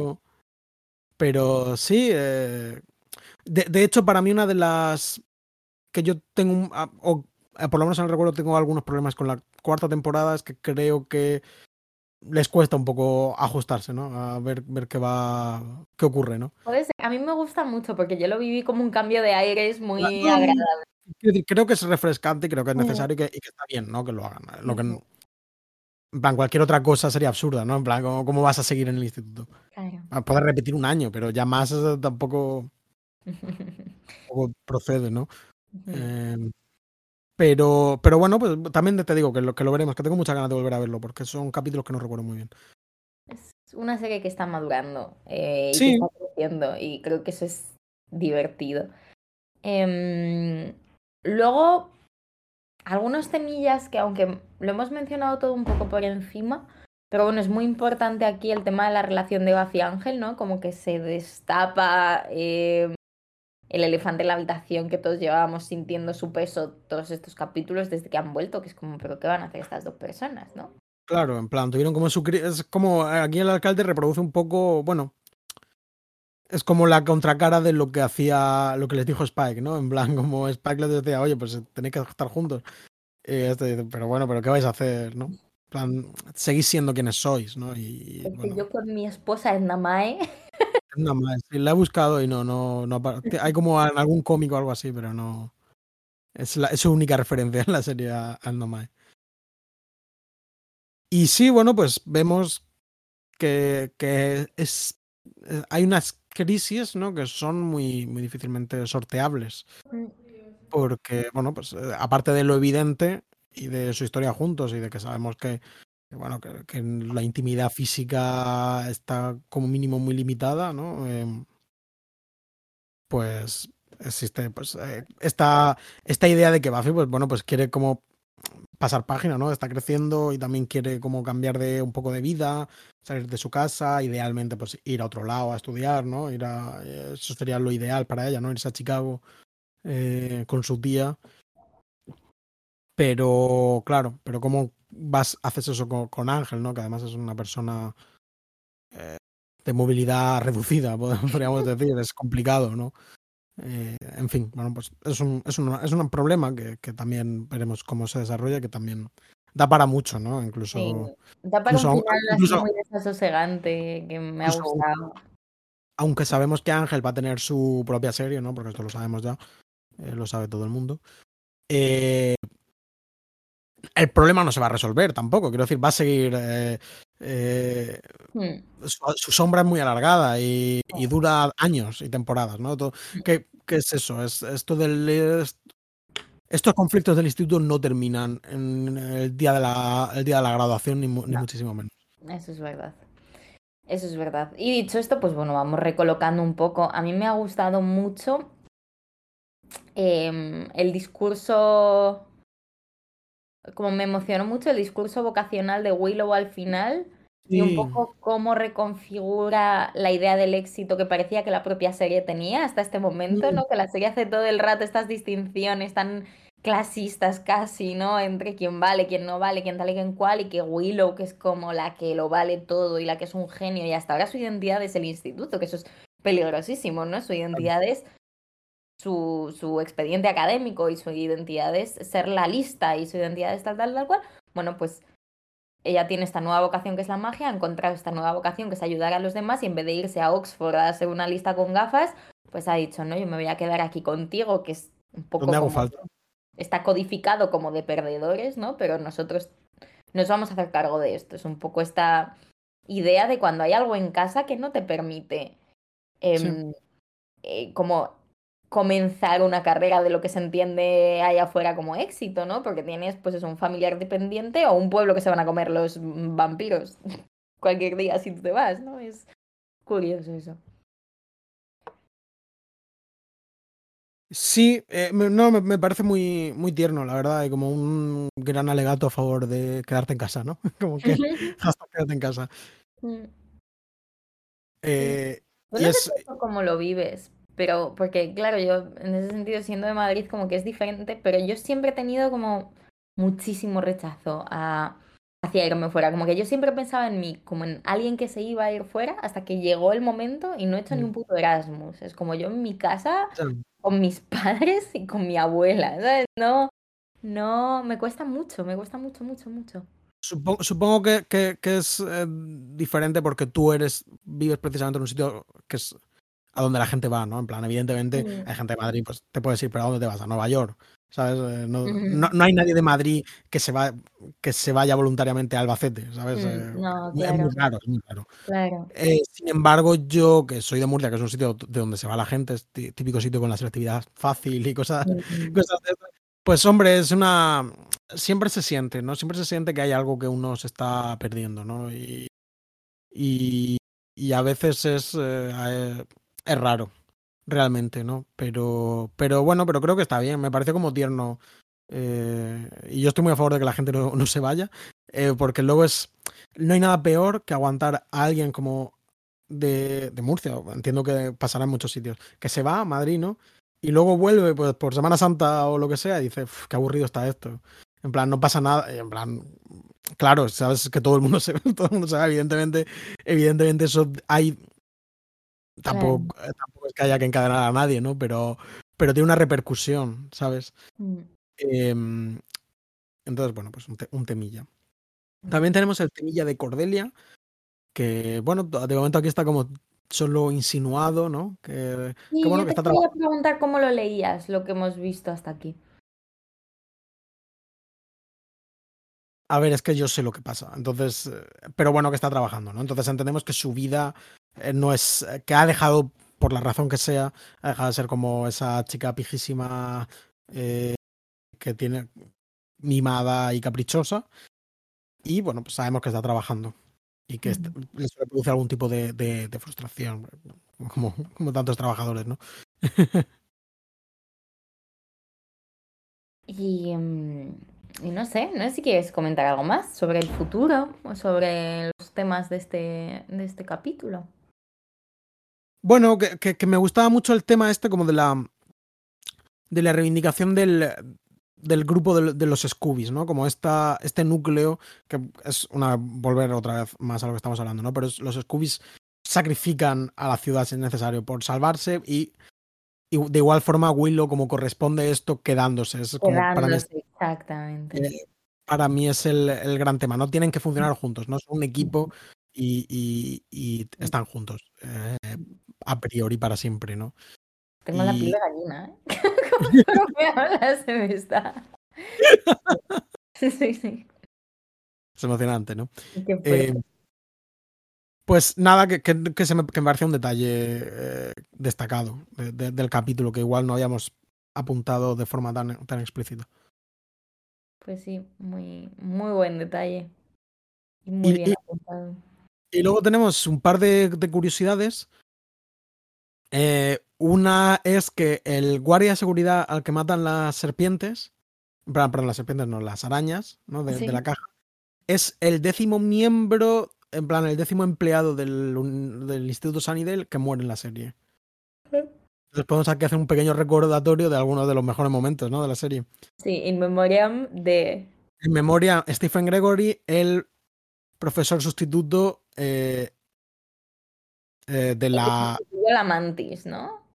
[SPEAKER 1] pero sí, de hecho, para mí una de las que yo tengo, por lo menos en el recuerdo tengo algunos problemas con la cuarta temporada, es que creo que les cuesta un poco ajustarse, ¿no? A ver qué ocurre, ¿no?
[SPEAKER 2] Puede ser. A mí me gusta mucho porque yo lo viví como un cambio de aires muy
[SPEAKER 1] No,
[SPEAKER 2] agradable.
[SPEAKER 1] quiero decir, creo que es refrescante, creo que es
[SPEAKER 2] Mm,
[SPEAKER 1] necesario y que está bien, ¿no? Que lo hagan.
[SPEAKER 2] ujú.
[SPEAKER 1] En plan, cualquier otra cosa sería absurda, ¿no? En plan, ¿cómo vas a seguir en el instituto?
[SPEAKER 2] Claro.
[SPEAKER 1] Poder repetir un año, pero ya más tampoco procede, ¿no?
[SPEAKER 2] Ujú.
[SPEAKER 1] Eh, pero bueno, pues también te digo que lo veremos, que tengo muchas ganas de volver a verlo, porque son capítulos que no recuerdo muy bien.
[SPEAKER 2] Es una serie que está madurando y que
[SPEAKER 1] Sí,
[SPEAKER 2] está creciendo y creo que eso es divertido. Em, Luego, algunos temillas que aunque lo hemos mencionado todo un poco por encima, pero bueno, es muy importante aquí el tema de la relación de Buffy y Ángel, ¿no? Como que se destapa el elefante en la habitación que todos llevábamos sintiendo su peso todos estos capítulos desde que han vuelto, que es como, pero ¿qué van a hacer estas dos personas, no?
[SPEAKER 1] claro, en plan, tuvieron como es como aquí el alcalde reproduce un poco, bueno, es como la contracara de lo que les dijo Spike, ¿no? En plan, como Spike les decía, oye, pues tenéis que estar juntos. Y este dice, pero bueno, pero ¿qué vais a hacer, no? En plan, seguís siendo quienes sois, ¿no? Y
[SPEAKER 2] Es que
[SPEAKER 1] bueno,
[SPEAKER 2] yo con mi esposa Edna Mae.
[SPEAKER 1] nada más. Sí, la he buscado y no hay como en algún cómic o algo así, pero no. Es su única referencia en la serie a Nomai. Y sí, bueno, pues vemos que hay unas crisis, ¿no? Que son muy difícilmente sorteables. Porque, bueno, pues aparte de lo evidente y de su historia juntos y de que sabemos bueno, que la intimidad física está como mínimo muy limitada, ¿no? Pues existe pues, esta idea de que Buffy, pues bueno, pues quiere como pasar página, ¿no? Está creciendo y también quiere como cambiar de un poco de vida, salir de su casa, idealmente pues ir a otro lado a estudiar, ¿no? Eso sería lo ideal para ella, ¿no? Irse a Chicago con su tía. Pero claro, pero ¿cómo haces eso con Ángel, ¿no? Que además es una persona de movilidad reducida, podríamos decir, es complicado, ¿no? En fin, bueno, pues es un problema que también veremos cómo se desarrolla, que también da para mucho, ¿no?
[SPEAKER 2] Sí,
[SPEAKER 1] Incluso,
[SPEAKER 2] da para un
[SPEAKER 1] incluso,
[SPEAKER 2] final así
[SPEAKER 1] incluso,
[SPEAKER 2] muy desasosegante que me ha
[SPEAKER 1] incluso
[SPEAKER 2] gustado.
[SPEAKER 1] aunque sabemos que Ángel va a tener su propia serie, ¿no? Porque esto lo sabemos ya, lo sabe todo el mundo. eh, el problema no se va a resolver tampoco, quiero decir, va a seguir. Eh,
[SPEAKER 2] Hmm,
[SPEAKER 1] su sombra es muy alargada y dura años y temporadas, ¿no? ¿Qué es eso? Estos conflictos del instituto no terminan en el día de la graduación, ni
[SPEAKER 2] no,
[SPEAKER 1] muchísimo menos.
[SPEAKER 2] eso es verdad. Eso es verdad. Y dicho esto, pues bueno, vamos recolocando un poco. A mí me ha gustado mucho el discurso, como me emocionó mucho el discurso vocacional de Willow al final y un
[SPEAKER 1] Sí,
[SPEAKER 2] poco cómo reconfigura la idea del éxito que parecía que la propia serie tenía hasta este momento,
[SPEAKER 1] mm,
[SPEAKER 2] ¿no? Que la serie hace todo el rato estas distinciones tan clasistas casi, ¿no? Entre quién vale, quién no vale, quién tal y quién cual, y que Willow, que es como la que lo vale todo y la que es un genio, y hasta ahora su identidad es el instituto, que eso es peligrosísimo, ¿no? Su identidad es su expediente académico y su identidad es ser la lista y su identidad es tal, tal, tal cual. Bueno, pues ella tiene esta nueva vocación que es la magia, ha encontrado esta nueva vocación que es ayudar a los demás y en vez de irse a Oxford a hacer una lista con gafas, pues ha dicho, no, yo me voy a quedar aquí contigo, que es un poco
[SPEAKER 1] ¿Dónde hago
[SPEAKER 2] como,
[SPEAKER 1] falta?
[SPEAKER 2] está codificado como de perdedores, ¿no? Pero nosotros nos vamos a hacer cargo de esto. Es un poco esta idea de cuando hay algo en casa que no te permite
[SPEAKER 1] Sí.
[SPEAKER 2] em, como comenzar una carrera de lo que se entiende allá afuera como éxito, ¿no? Porque tienes, pues es un familiar dependiente o un pueblo que se van a comer los vampiros cualquier día si tú te vas, ¿no? Es curioso eso.
[SPEAKER 1] Sí, no, me parece muy, muy tierno, la verdad, y como un gran alegato a favor de quedarte en casa, ¿no? Como que hasta quedarte en casa.
[SPEAKER 2] Mm, sí.
[SPEAKER 1] Eh,
[SPEAKER 2] Yo
[SPEAKER 1] y
[SPEAKER 2] no sé
[SPEAKER 1] es,
[SPEAKER 2] tú cómo lo vives, pero porque claro, yo en ese sentido siendo de Madrid como que es diferente, pero yo siempre he tenido como muchísimo rechazo hacia irme fuera, como que yo siempre pensaba en mí como en alguien que se iba a ir fuera hasta que llegó el momento y no he hecho ni un puto Erasmus, es como yo en mi casa con mis padres y con mi abuela, ¿sabes? No, no, me cuesta mucho, mucho, mucho.
[SPEAKER 1] supongo que es diferente porque tú vives precisamente en un sitio que es a donde la gente va, ¿no? En plan, evidentemente
[SPEAKER 2] Mm.
[SPEAKER 1] hay gente de Madrid, pues te puedes ir, pero ¿a dónde te vas? A Nueva York, ¿sabes?
[SPEAKER 2] Ujú.
[SPEAKER 1] No hay nadie de Madrid que se vaya voluntariamente a Albacete, ¿sabes?
[SPEAKER 2] No,
[SPEAKER 1] Es muy
[SPEAKER 2] claro,
[SPEAKER 1] raro, es muy raro.
[SPEAKER 2] claro.
[SPEAKER 1] Sin embargo, yo que soy de Murcia, que es un sitio de donde se va la gente, es típico sitio con la selectividad fácil y cosas,
[SPEAKER 2] Mm,
[SPEAKER 1] cosas de esas, pues hombre, siempre se siente, ¿no? Siempre se siente que hay algo que uno se está perdiendo, ¿no? Y, y a veces es raro, realmente, ¿no? Pero bueno, pero creo que está bien, me parece como tierno. Y yo estoy muy a favor de que la gente no se vaya, porque luego no hay nada peor que aguantar a alguien como de Murcia, entiendo que pasará en muchos sitios, que se va a Madrid, ¿no? Y luego vuelve pues, por Semana Santa o lo que sea y dice, "Uf, qué aburrido está esto. En plan, no pasa nada, y en plan, claro, sabes que todo el mundo todo el mundo se va, evidentemente eso hay,
[SPEAKER 2] claro.
[SPEAKER 1] tampoco es que haya que encadenar a nadie, ¿no? Pero tiene una repercusión, ¿sabes?
[SPEAKER 2] Mm,
[SPEAKER 1] Em, entonces, bueno, pues un temilla.
[SPEAKER 2] mm.
[SPEAKER 1] También tenemos el temilla de Cordelia, que bueno, de momento aquí está como solo insinuado, ¿no? Que
[SPEAKER 2] Y
[SPEAKER 1] bueno,
[SPEAKER 2] yo
[SPEAKER 1] que
[SPEAKER 2] te
[SPEAKER 1] está
[SPEAKER 2] quería
[SPEAKER 1] trabajando.
[SPEAKER 2] preguntar cómo lo leías, lo que hemos visto hasta aquí.
[SPEAKER 1] A ver, es que yo sé lo que pasa. Entonces, pero bueno, que está trabajando, ¿no? Entonces entendemos que su vida no es, que ha dejado, por la razón que sea, ha dejado de ser como esa chica pijísima que tiene mimada y caprichosa. Y bueno, pues sabemos que está trabajando y que
[SPEAKER 2] Ujú.
[SPEAKER 1] le suele producir algún tipo de frustración, como tantos trabajadores, ¿no?
[SPEAKER 2] Y, y no sé si quieres comentar algo más sobre el futuro o sobre los temas de este capítulo.
[SPEAKER 1] Bueno, que me gustaba mucho el tema este como de la reivindicación del grupo de los Scoobies, ¿no? Como este núcleo, que es volver otra vez más a lo que estamos hablando, ¿no? Pero los Scoobies sacrifican a la ciudad si es necesario por salvarse y de igual forma Willow como corresponde esto quedándose. Es como
[SPEAKER 2] Quedándose, exactamente.
[SPEAKER 1] para mí es el gran tema. No tienen que funcionar juntos, no son un equipo y están juntos a priori para siempre, ¿no?
[SPEAKER 2] Tengo la piel
[SPEAKER 1] Y
[SPEAKER 2] de gallina, ¿eh? Como me hablas, se me está. Sí, sí.
[SPEAKER 1] es emocionante, ¿no?
[SPEAKER 2] Qué
[SPEAKER 1] Eh,
[SPEAKER 2] fuerte.
[SPEAKER 1] Pues nada, que me parece un detalle destacado del capítulo que igual no habíamos apuntado de forma tan explícita.
[SPEAKER 2] Pues sí, muy, muy buen detalle y muy
[SPEAKER 1] Y,
[SPEAKER 2] bien
[SPEAKER 1] y-
[SPEAKER 2] apuntado.
[SPEAKER 1] y luego tenemos un par de curiosidades. Una es que el guardia de seguridad al que matan las serpientes, perdón, las serpientes no, las arañas, ¿no? De la
[SPEAKER 2] Sí.
[SPEAKER 1] caja, es el 10º miembro, en plan, el 10º empleado del Instituto Sunnydale que muere en la serie. Entonces podemos aquí hacer un pequeño recordatorio de algunos de los mejores momentos, ¿no? De la serie.
[SPEAKER 2] Sí, in memoriam de
[SPEAKER 1] En memoria, Stephen Gregory, el profesor sustituto de
[SPEAKER 2] el que
[SPEAKER 1] la...
[SPEAKER 2] sustituyó a la Mantis, ¿no?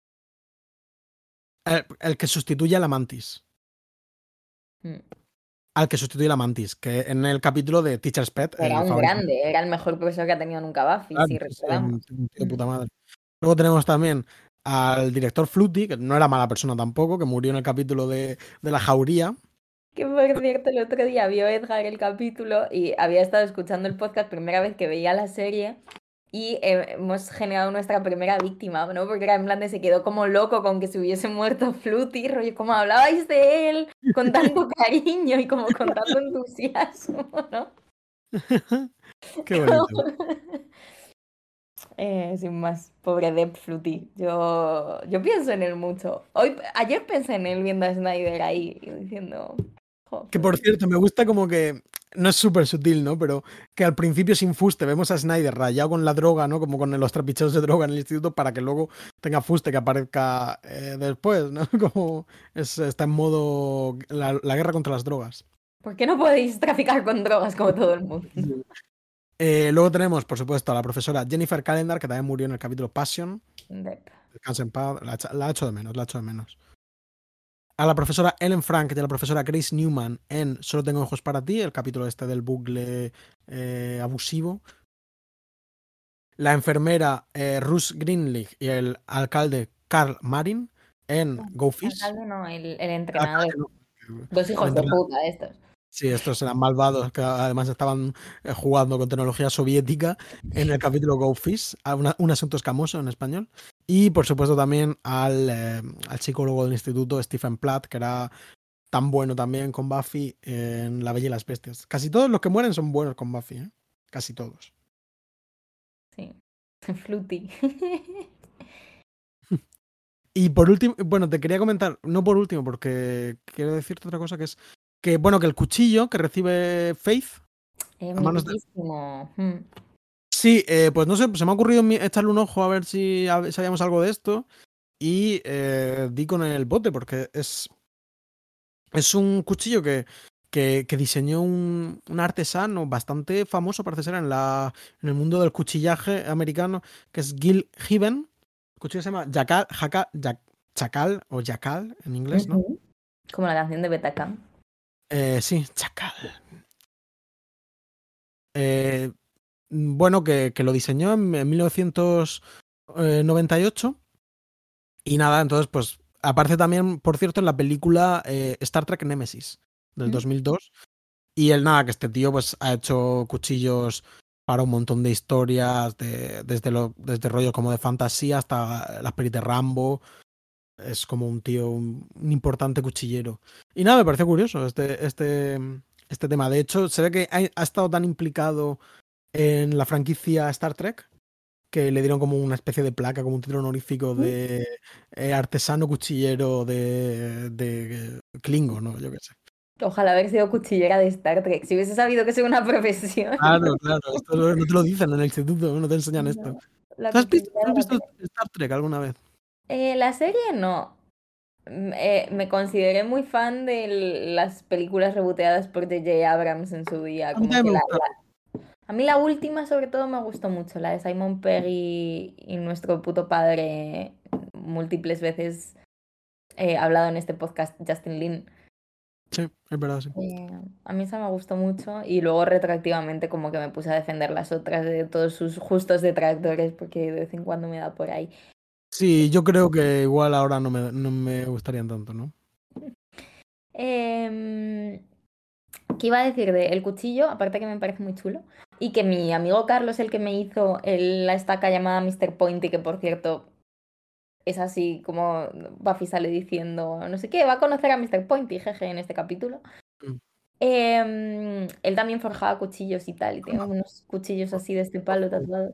[SPEAKER 1] El que sustituye a la Mantis.
[SPEAKER 2] Mm.
[SPEAKER 1] Al que sustituye a la Mantis, que en el capítulo de Teacher's Pet,
[SPEAKER 2] Era
[SPEAKER 1] el
[SPEAKER 2] un
[SPEAKER 1] favorito.
[SPEAKER 2] grande, era el mejor profesor que ha tenido nunca Buffy,
[SPEAKER 1] Claro,
[SPEAKER 2] si
[SPEAKER 1] sí, sí, un
[SPEAKER 2] recordamos.
[SPEAKER 1] tío de
[SPEAKER 2] Mm.
[SPEAKER 1] puta madre. Luego tenemos también al director Flutie, que no era mala persona tampoco, que murió en el capítulo de la jauría.
[SPEAKER 2] Que por cierto, el otro día vio Edgar el capítulo y había estado escuchando el podcast, primera vez que veía la serie, y hemos generado nuestra primera víctima, ¿no? Porque era en plan de se quedó como loco con que se hubiese muerto Fluty, rollo, como hablabais de él con tanto cariño y como con tanto entusiasmo, ¿no?
[SPEAKER 1] Qué bonito.
[SPEAKER 2] Sin más, pobre Depp Fluty. Yo pienso en él mucho. Ayer pensé en él viendo a Snyder ahí y diciendo, jo,
[SPEAKER 1] Que por
[SPEAKER 2] Fluty.
[SPEAKER 1] cierto, me gusta como que, no es súper sutil, ¿no? Pero que al principio sin fuste vemos a Snyder rayado con la droga, ¿no? Como con los trapicheos de droga en el instituto para que luego tenga fuste que aparezca después, ¿no? Como está en modo la guerra contra las drogas.
[SPEAKER 2] ¿Por qué no podéis traficar con drogas como todo el mundo?
[SPEAKER 1] Sí. Luego tenemos, por supuesto, a la profesora Jennifer Calendar, que también murió en el capítulo Passion.
[SPEAKER 2] Depp.
[SPEAKER 1] Descansa en paz. La echo de menos, la echo de menos. A la profesora Ellen Frank y a la profesora Grace Newman en Solo tengo ojos para ti, el capítulo este del bucle abusivo. La enfermera Ruth Greenleaf y el alcalde Carl Marin en Go Fish.
[SPEAKER 2] Alcalde no, el
[SPEAKER 1] El
[SPEAKER 2] entrenador.
[SPEAKER 1] alcalde no,
[SPEAKER 2] Dos
[SPEAKER 1] el
[SPEAKER 2] hijos de
[SPEAKER 1] entrenador.
[SPEAKER 2] puta estos.
[SPEAKER 1] Sí, estos eran malvados que además estaban jugando con tecnología soviética en el capítulo Go Fish, un asunto escamoso en español. Y por supuesto también al psicólogo del instituto, Stephen Platt, que era tan bueno también con Buffy en La Bella y las Bestias. Casi todos los que mueren son buenos con Buffy, ¿eh? Casi todos.
[SPEAKER 2] Sí. Fluty.
[SPEAKER 1] Y por último, bueno, te quería comentar, no por último, porque quiero decirte otra cosa, que es que, bueno, que el cuchillo que recibe Faith a manos de...
[SPEAKER 2] Mitiquísimo. Mm.
[SPEAKER 1] Sí, pues no sé, se me ha ocurrido echarle un ojo a ver si sabíamos algo de esto y di con el bote, porque es un cuchillo que diseñó un artesano bastante famoso, parece ser, en el mundo del cuchillaje americano, que es Gil Given. El cuchillo se llama Chacal o Jacal en inglés, ¿no?
[SPEAKER 2] Ujú. Como la canción de Betacam.
[SPEAKER 1] Sí, Chacal. Eh, bueno, que lo diseñó en 1998 y nada, entonces pues aparece también, por cierto, en la película Star Trek Nemesis del
[SPEAKER 2] Mm.
[SPEAKER 1] 2002. Y él nada, que este tío pues ha hecho cuchillos para un montón de historias, desde rollo como de fantasía hasta las pelis de Rambo. Es como un tío, un importante cuchillero. Y nada, me parece curioso este tema. De hecho, se ve que ha estado tan implicado en la franquicia Star Trek que le dieron como una especie de placa, como un título honorífico de artesano cuchillero de Klingon, ¿no? Yo qué sé.
[SPEAKER 2] Ojalá haber sido cuchillera de Star Trek. Si hubiese sabido que es una profesión.
[SPEAKER 1] Claro, claro, esto no te lo dicen en el instituto, no te enseñan esto.
[SPEAKER 2] No, la
[SPEAKER 1] ¿Tú has
[SPEAKER 2] cuchillera la
[SPEAKER 1] visto
[SPEAKER 2] tengo.
[SPEAKER 1] Star Trek alguna vez?
[SPEAKER 2] La serie no. Me consideré muy fan de las películas reboteadas por J.J. Abrams en su día.
[SPEAKER 1] A mí
[SPEAKER 2] Como
[SPEAKER 1] también
[SPEAKER 2] que
[SPEAKER 1] me gustaron.
[SPEAKER 2] a mí la última sobre todo me gustó mucho, la de Simon Pegg y nuestro puto padre múltiples veces hablado en este podcast, Justin Lin.
[SPEAKER 1] Sí, es verdad, sí.
[SPEAKER 2] A mí esa me gustó mucho y luego retroactivamente como que me puse a defender las otras de todos sus justos detractores porque de vez en cuando me da por ahí.
[SPEAKER 1] Sí, yo creo que igual ahora no me gustarían tanto, ¿no?
[SPEAKER 2] Em, ¿Qué iba a decir de el cuchillo? Aparte que me parece muy chulo. Y que mi amigo Carlos, el que me hizo la estaca llamada Mr. Pointy, que por cierto es así como Buffy sale diciendo, no sé qué, va a conocer a Mr. Pointy, jeje, en este capítulo.
[SPEAKER 1] Mm.
[SPEAKER 2] Él también forjaba cuchillos y tal, y tiene unos cuchillos así de este palo tatuado.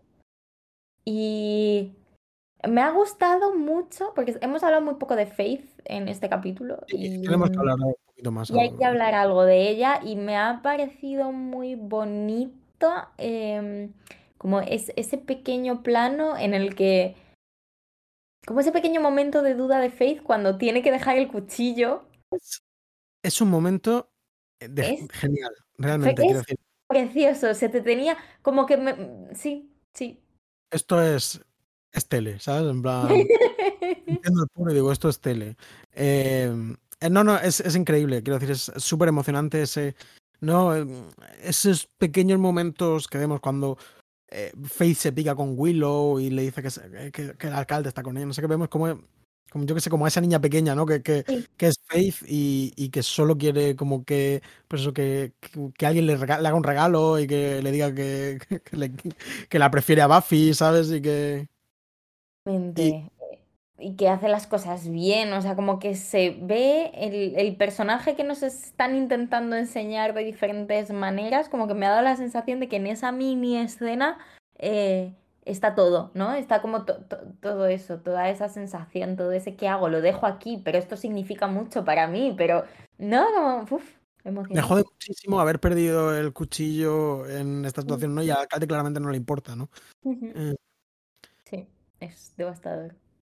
[SPEAKER 2] Y me ha gustado mucho, porque hemos hablado muy poco de Faith en este capítulo,
[SPEAKER 1] Sí, tenemos que hablar un poquito más
[SPEAKER 2] y hay que
[SPEAKER 1] ahora.
[SPEAKER 2] hablar algo de ella, y me ha parecido muy bonito como ese pequeño plano en el que Como ese pequeño momento de duda de Faith cuando tiene que dejar el cuchillo.
[SPEAKER 1] Es un momento
[SPEAKER 2] Es,
[SPEAKER 1] genial, realmente, quiero
[SPEAKER 2] es
[SPEAKER 1] decir.
[SPEAKER 2] precioso. Se te tenía como que... Sí, sí.
[SPEAKER 1] Esto es tele, ¿sabes? En plan, entiendo el público y digo, esto es tele. No, es increíble, quiero decir, es súper emocionante ¿no? Esos pequeños momentos que vemos cuando Faith se pica con Willow y le dice que el alcalde está con ella, no sé qué, vemos como yo que sé, como a esa niña pequeña, ¿no?
[SPEAKER 2] Sí.
[SPEAKER 1] Que es Faith y que solo quiere como que, pues eso, que alguien le haga un regalo y que le diga que la prefiere a Buffy, ¿sabes? Y
[SPEAKER 2] Mente. Y que hace las cosas bien, o sea, como que se ve el personaje que nos están intentando enseñar de diferentes maneras, como que me ha dado la sensación de que en esa mini escena eh, está todo, ¿no? Está como todo eso, toda esa sensación, todo ese ¿qué hago? Lo dejo aquí, pero esto significa mucho para mí, pero no, como, uf,
[SPEAKER 1] me jode
[SPEAKER 2] emocionante.
[SPEAKER 1] muchísimo haber perdido el cuchillo en esta
[SPEAKER 2] Mm.
[SPEAKER 1] situación, ¿no? Y al alcalde claramente no le importa, ¿no?
[SPEAKER 2] Ujú.
[SPEAKER 1] Eh,
[SPEAKER 2] Sí, es devastador.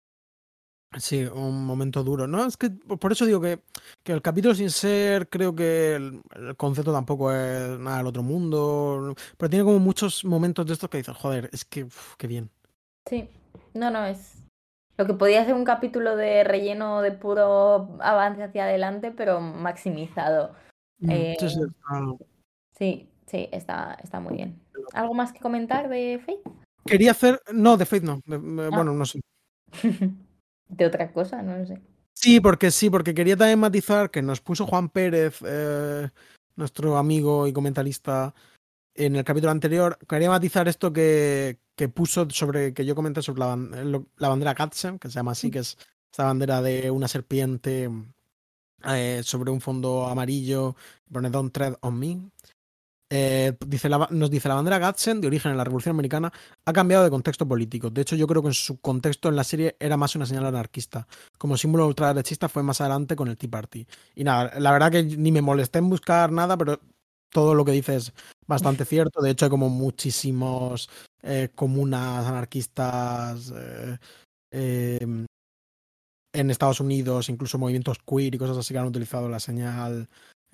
[SPEAKER 1] Sí, un momento duro. No, es que por eso digo que el capítulo sin ser, creo que el concepto tampoco es nada del otro mundo, pero tiene como muchos momentos de estos que dices, joder, es que, qué bien.
[SPEAKER 2] Sí, no, no, es lo que podía ser un capítulo de relleno de puro avance hacia adelante, pero maximizado.
[SPEAKER 1] Sí, sí,
[SPEAKER 2] Eh, sí, sí, está muy bien. ¿Algo más que comentar de Faith?
[SPEAKER 1] quería hacer, no, de Fate no,
[SPEAKER 2] Ah,
[SPEAKER 1] bueno, no sé.
[SPEAKER 2] de otra cosa, no lo sé.
[SPEAKER 1] Sí, porque quería también matizar que nos puso Juan Pérez, nuestro amigo y comentarista, en el capítulo anterior. Quería matizar esto que puso sobre, que yo comenté sobre la bandera Gadsden, que se llama así, que es esta bandera de una serpiente sobre un fondo amarillo, pone Don't Tread on Me. Nos dice la bandera Gadsden, de origen en la Revolución Americana, ha cambiado de contexto político. De hecho, yo creo que en su contexto en la serie era más una señal anarquista. Como símbolo ultraderechista fue más adelante con el Tea Party. Y nada, la verdad que ni me molesté en buscar nada, pero todo lo que dice es bastante cierto. De hecho, hay como muchísimos comunas anarquistas eh, en Estados Unidos, incluso movimientos queer y cosas así que han utilizado la señal,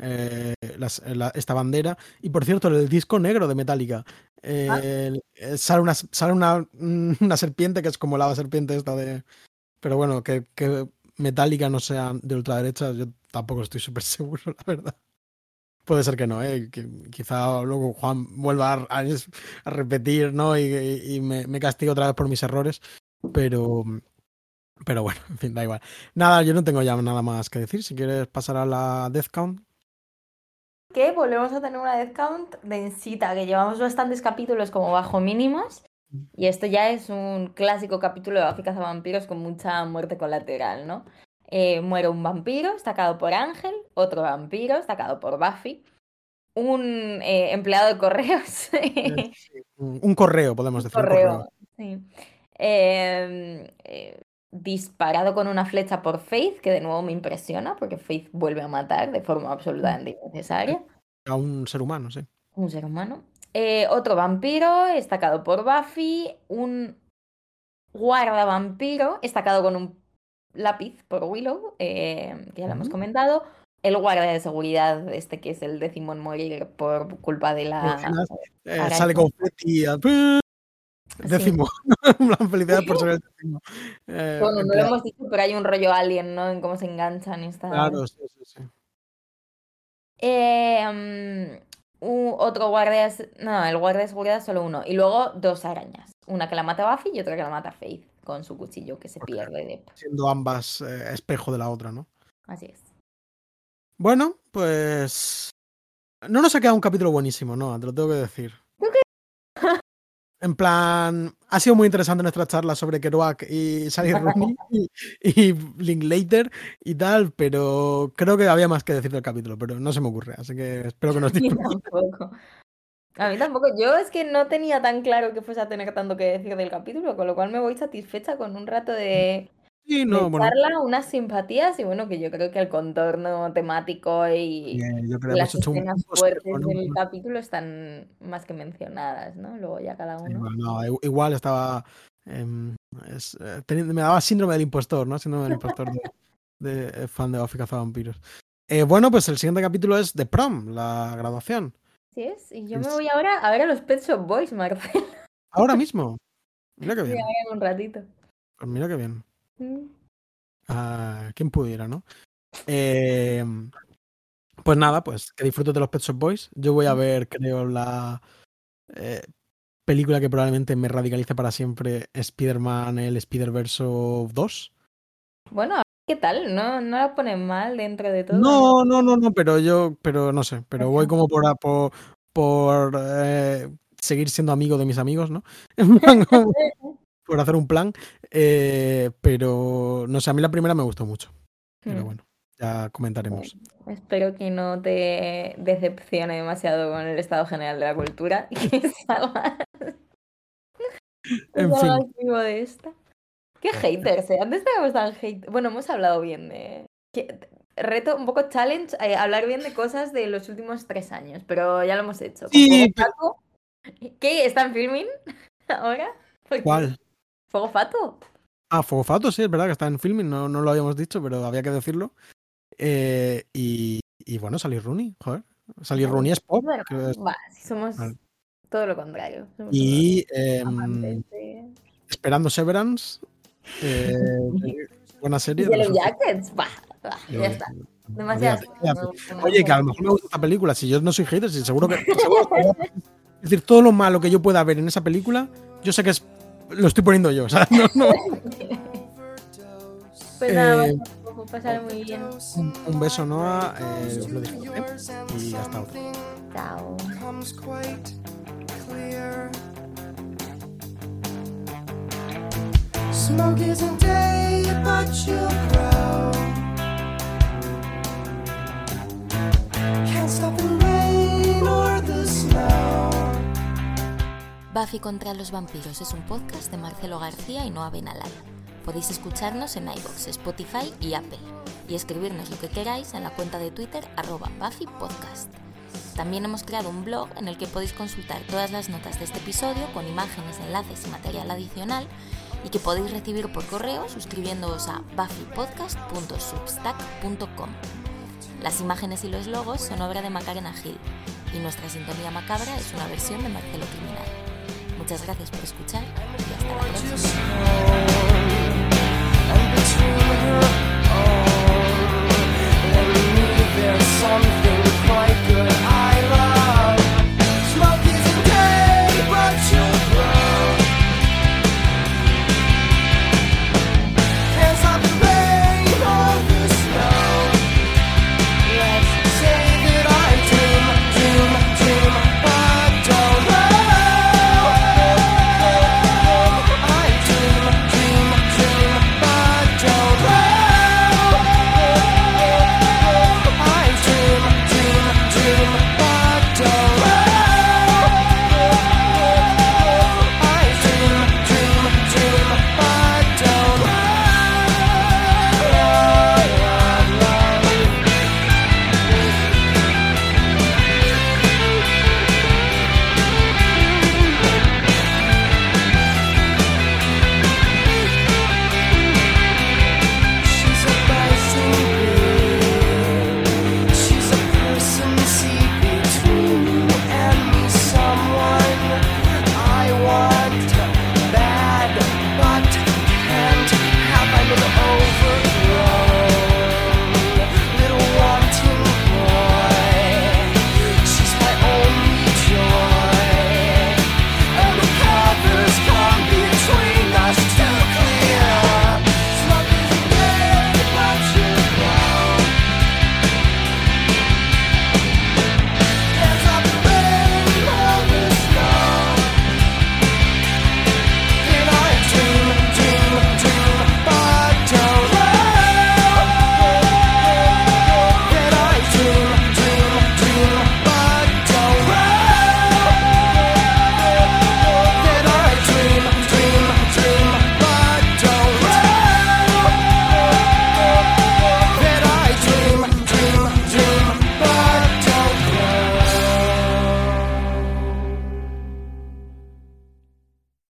[SPEAKER 1] esta bandera. Y por cierto, el disco negro de Metallica
[SPEAKER 2] Ah,
[SPEAKER 1] sale una serpiente que es como la serpiente esta de. Pero bueno, que Metallica no sea de ultraderecha, yo tampoco estoy súper seguro, la verdad. Puede ser que no, que quizá luego Juan vuelva a repetir, ¿no? Y me castigue otra vez por mis errores. Pero, pero bueno, en fin, da igual. Nada, yo no tengo ya nada más que decir. Si quieres pasar a la Death Count.
[SPEAKER 2] que volvemos a tener una death count densita, que llevamos bastantes capítulos como bajo mínimos. Y esto ya es un clásico capítulo de Buffy cazavampiros con mucha muerte colateral, ¿no? Muere un vampiro, estacado por Ángel, otro vampiro, estacado por Buffy, un empleado de correos,
[SPEAKER 1] Sí, un correo, podemos
[SPEAKER 2] un
[SPEAKER 1] decir, un correo.
[SPEAKER 2] correo, sí. Eh, eh, disparado con una flecha por Faith, que de nuevo me impresiona, porque Faith vuelve a matar de forma absolutamente
[SPEAKER 1] Sí,
[SPEAKER 2] innecesaria.
[SPEAKER 1] a un ser humano, sí.
[SPEAKER 2] Un ser humano. Otro vampiro, estacado por Buffy, un guarda vampiro, estacado con un lápiz por Willow, que ya lo hemos
[SPEAKER 1] Ujú.
[SPEAKER 2] comentado. El guardia de seguridad, este que es el décimo en morir por culpa de
[SPEAKER 1] ¿Te
[SPEAKER 2] la
[SPEAKER 1] imaginas? Sale
[SPEAKER 2] araña.
[SPEAKER 1] confeti.
[SPEAKER 2] Sí.
[SPEAKER 1] Décimo. La felicidad por ser el décimo.
[SPEAKER 2] Bueno, no lo
[SPEAKER 1] Empleado.
[SPEAKER 2] hemos dicho, pero hay un rollo alien, ¿no? En cómo se enganchan estas.
[SPEAKER 1] Claro, sí, sí, sí.
[SPEAKER 2] Otro guardia. No, el guardia de seguridad es solo uno. Y luego dos arañas. Una que la mata Buffy y otra que la mata Faith con su cuchillo que se
[SPEAKER 1] Porque
[SPEAKER 2] pierde de.
[SPEAKER 1] siendo ambas espejo de la otra, ¿no?
[SPEAKER 2] Así es.
[SPEAKER 1] Bueno, pues. No nos ha quedado un capítulo buenísimo, ¿no? Te lo tengo que decir. En plan, ha sido muy interesante nuestra charla sobre Kerouac y Sally Rooney y Linklater y tal, pero creo que había más que decir del capítulo, pero no se me ocurre, así que espero que nos
[SPEAKER 2] A mí
[SPEAKER 1] disfrutéis.
[SPEAKER 2] tampoco. A mí tampoco. Yo es que no tenía tan claro que fuese a tener tanto que decir del capítulo, con lo cual me voy satisfecha con un rato
[SPEAKER 1] Sí,
[SPEAKER 2] de
[SPEAKER 1] no, bueno,
[SPEAKER 2] charla, unas simpatías y bueno, que yo creo que el contorno temático
[SPEAKER 1] yo creo que hemos
[SPEAKER 2] las
[SPEAKER 1] hecho un
[SPEAKER 2] escenas
[SPEAKER 1] bosquejo,
[SPEAKER 2] fuertes
[SPEAKER 1] ¿no?
[SPEAKER 2] del capítulo están más que mencionadas, ¿no? Luego ya cada
[SPEAKER 1] Sí,
[SPEAKER 2] uno.
[SPEAKER 1] bueno, no, igual estaba. Me daba síndrome del impostor, ¿no? Síndrome del impostor de fan de Buffy Cazavampiros. Bueno, pues el siguiente capítulo es The Prom, la graduación.
[SPEAKER 2] Sí es, y yo me voy ahora a ver a los Pet Shop Boys, Marcel.
[SPEAKER 1] Ahora mismo. Mira qué
[SPEAKER 2] Sí,
[SPEAKER 1] bien.
[SPEAKER 2] ahora en un ratito.
[SPEAKER 1] Pues mira qué bien.
[SPEAKER 2] Mm.
[SPEAKER 1] ¿Quién pudiera, no? Pues nada, pues que disfrutes de los Pet Shop Boys. Yo voy a ver, creo, la película que probablemente me radicalice para siempre, Spider-Man, el Spider-Verse 2.
[SPEAKER 2] Bueno, ¿qué tal? No la ponen mal dentro de todo.
[SPEAKER 1] No, pero no sé, pero voy como por seguir siendo amigo de mis amigos, ¿no? Por hacer un plan, pero no sé, a mí la primera me gustó mucho, pero bueno, ya comentaremos.
[SPEAKER 2] Espero que no te decepcione demasiado con el estado general de la cultura y que salgas
[SPEAKER 1] En fin,
[SPEAKER 2] vivo de esta. Qué haters, ¿eh? Antes teníamos tan hate. Bueno, hemos hablado bien de... Reto, un poco challenge, hablar bien de cosas de los últimos 3 años, pero ya lo hemos hecho. Con Fuego
[SPEAKER 1] sí, pero
[SPEAKER 2] Fato, ¿qué? ¿Están filming ahora? ¿Por qué?
[SPEAKER 1] ¿cuál?
[SPEAKER 2] ¿Fuego Fato?
[SPEAKER 1] Fuego Fato, sí, es verdad que está en filming, no lo habíamos dicho, pero había que decirlo. Y bueno, salir Rooney, joder. Salir Rooney es pop.
[SPEAKER 2] Bueno,
[SPEAKER 1] Creo que
[SPEAKER 2] va, si somos
[SPEAKER 1] vale.
[SPEAKER 2] todo lo contrario. Somos unos
[SPEAKER 1] Y
[SPEAKER 2] amantes de...
[SPEAKER 1] esperando Severance, buena serie de los
[SPEAKER 2] Yellow
[SPEAKER 1] últimos.
[SPEAKER 2] Jackets, va, ya está. Demasiado.
[SPEAKER 1] Oye, que a lo mejor me gusta esta película. Si yo no soy hater, si seguro que. Es decir, todo lo malo que yo pueda ver en esa película, yo sé que lo estoy poniendo yo. O sea, no.
[SPEAKER 2] Pues nada, pasar muy bien.
[SPEAKER 1] Un beso, Noah. Lo disfruté. Y hasta otra.
[SPEAKER 2] Chao.
[SPEAKER 3] Smoke isn't day, but you'll grow. Can't stop the rain or the snow.
[SPEAKER 4] Buffy contra los vampiros es un podcast de Marcelo García y Noa Benalal. Podéis escucharnos en iVoox, Spotify y Apple, y escribirnos lo que queráis en la cuenta de Twitter @BuffyPodcast. También hemos creado un blog en el que podéis consultar todas las notas de este episodio con imágenes, enlaces y material adicional, y que podéis recibir por correo suscribiéndoos a buffypodcast.substack.com. Las imágenes y los logos son obra de Macarena Gil, y nuestra sintonía macabra es una versión de Marcelo Criminal. Muchas gracias por escuchar y hasta la próxima.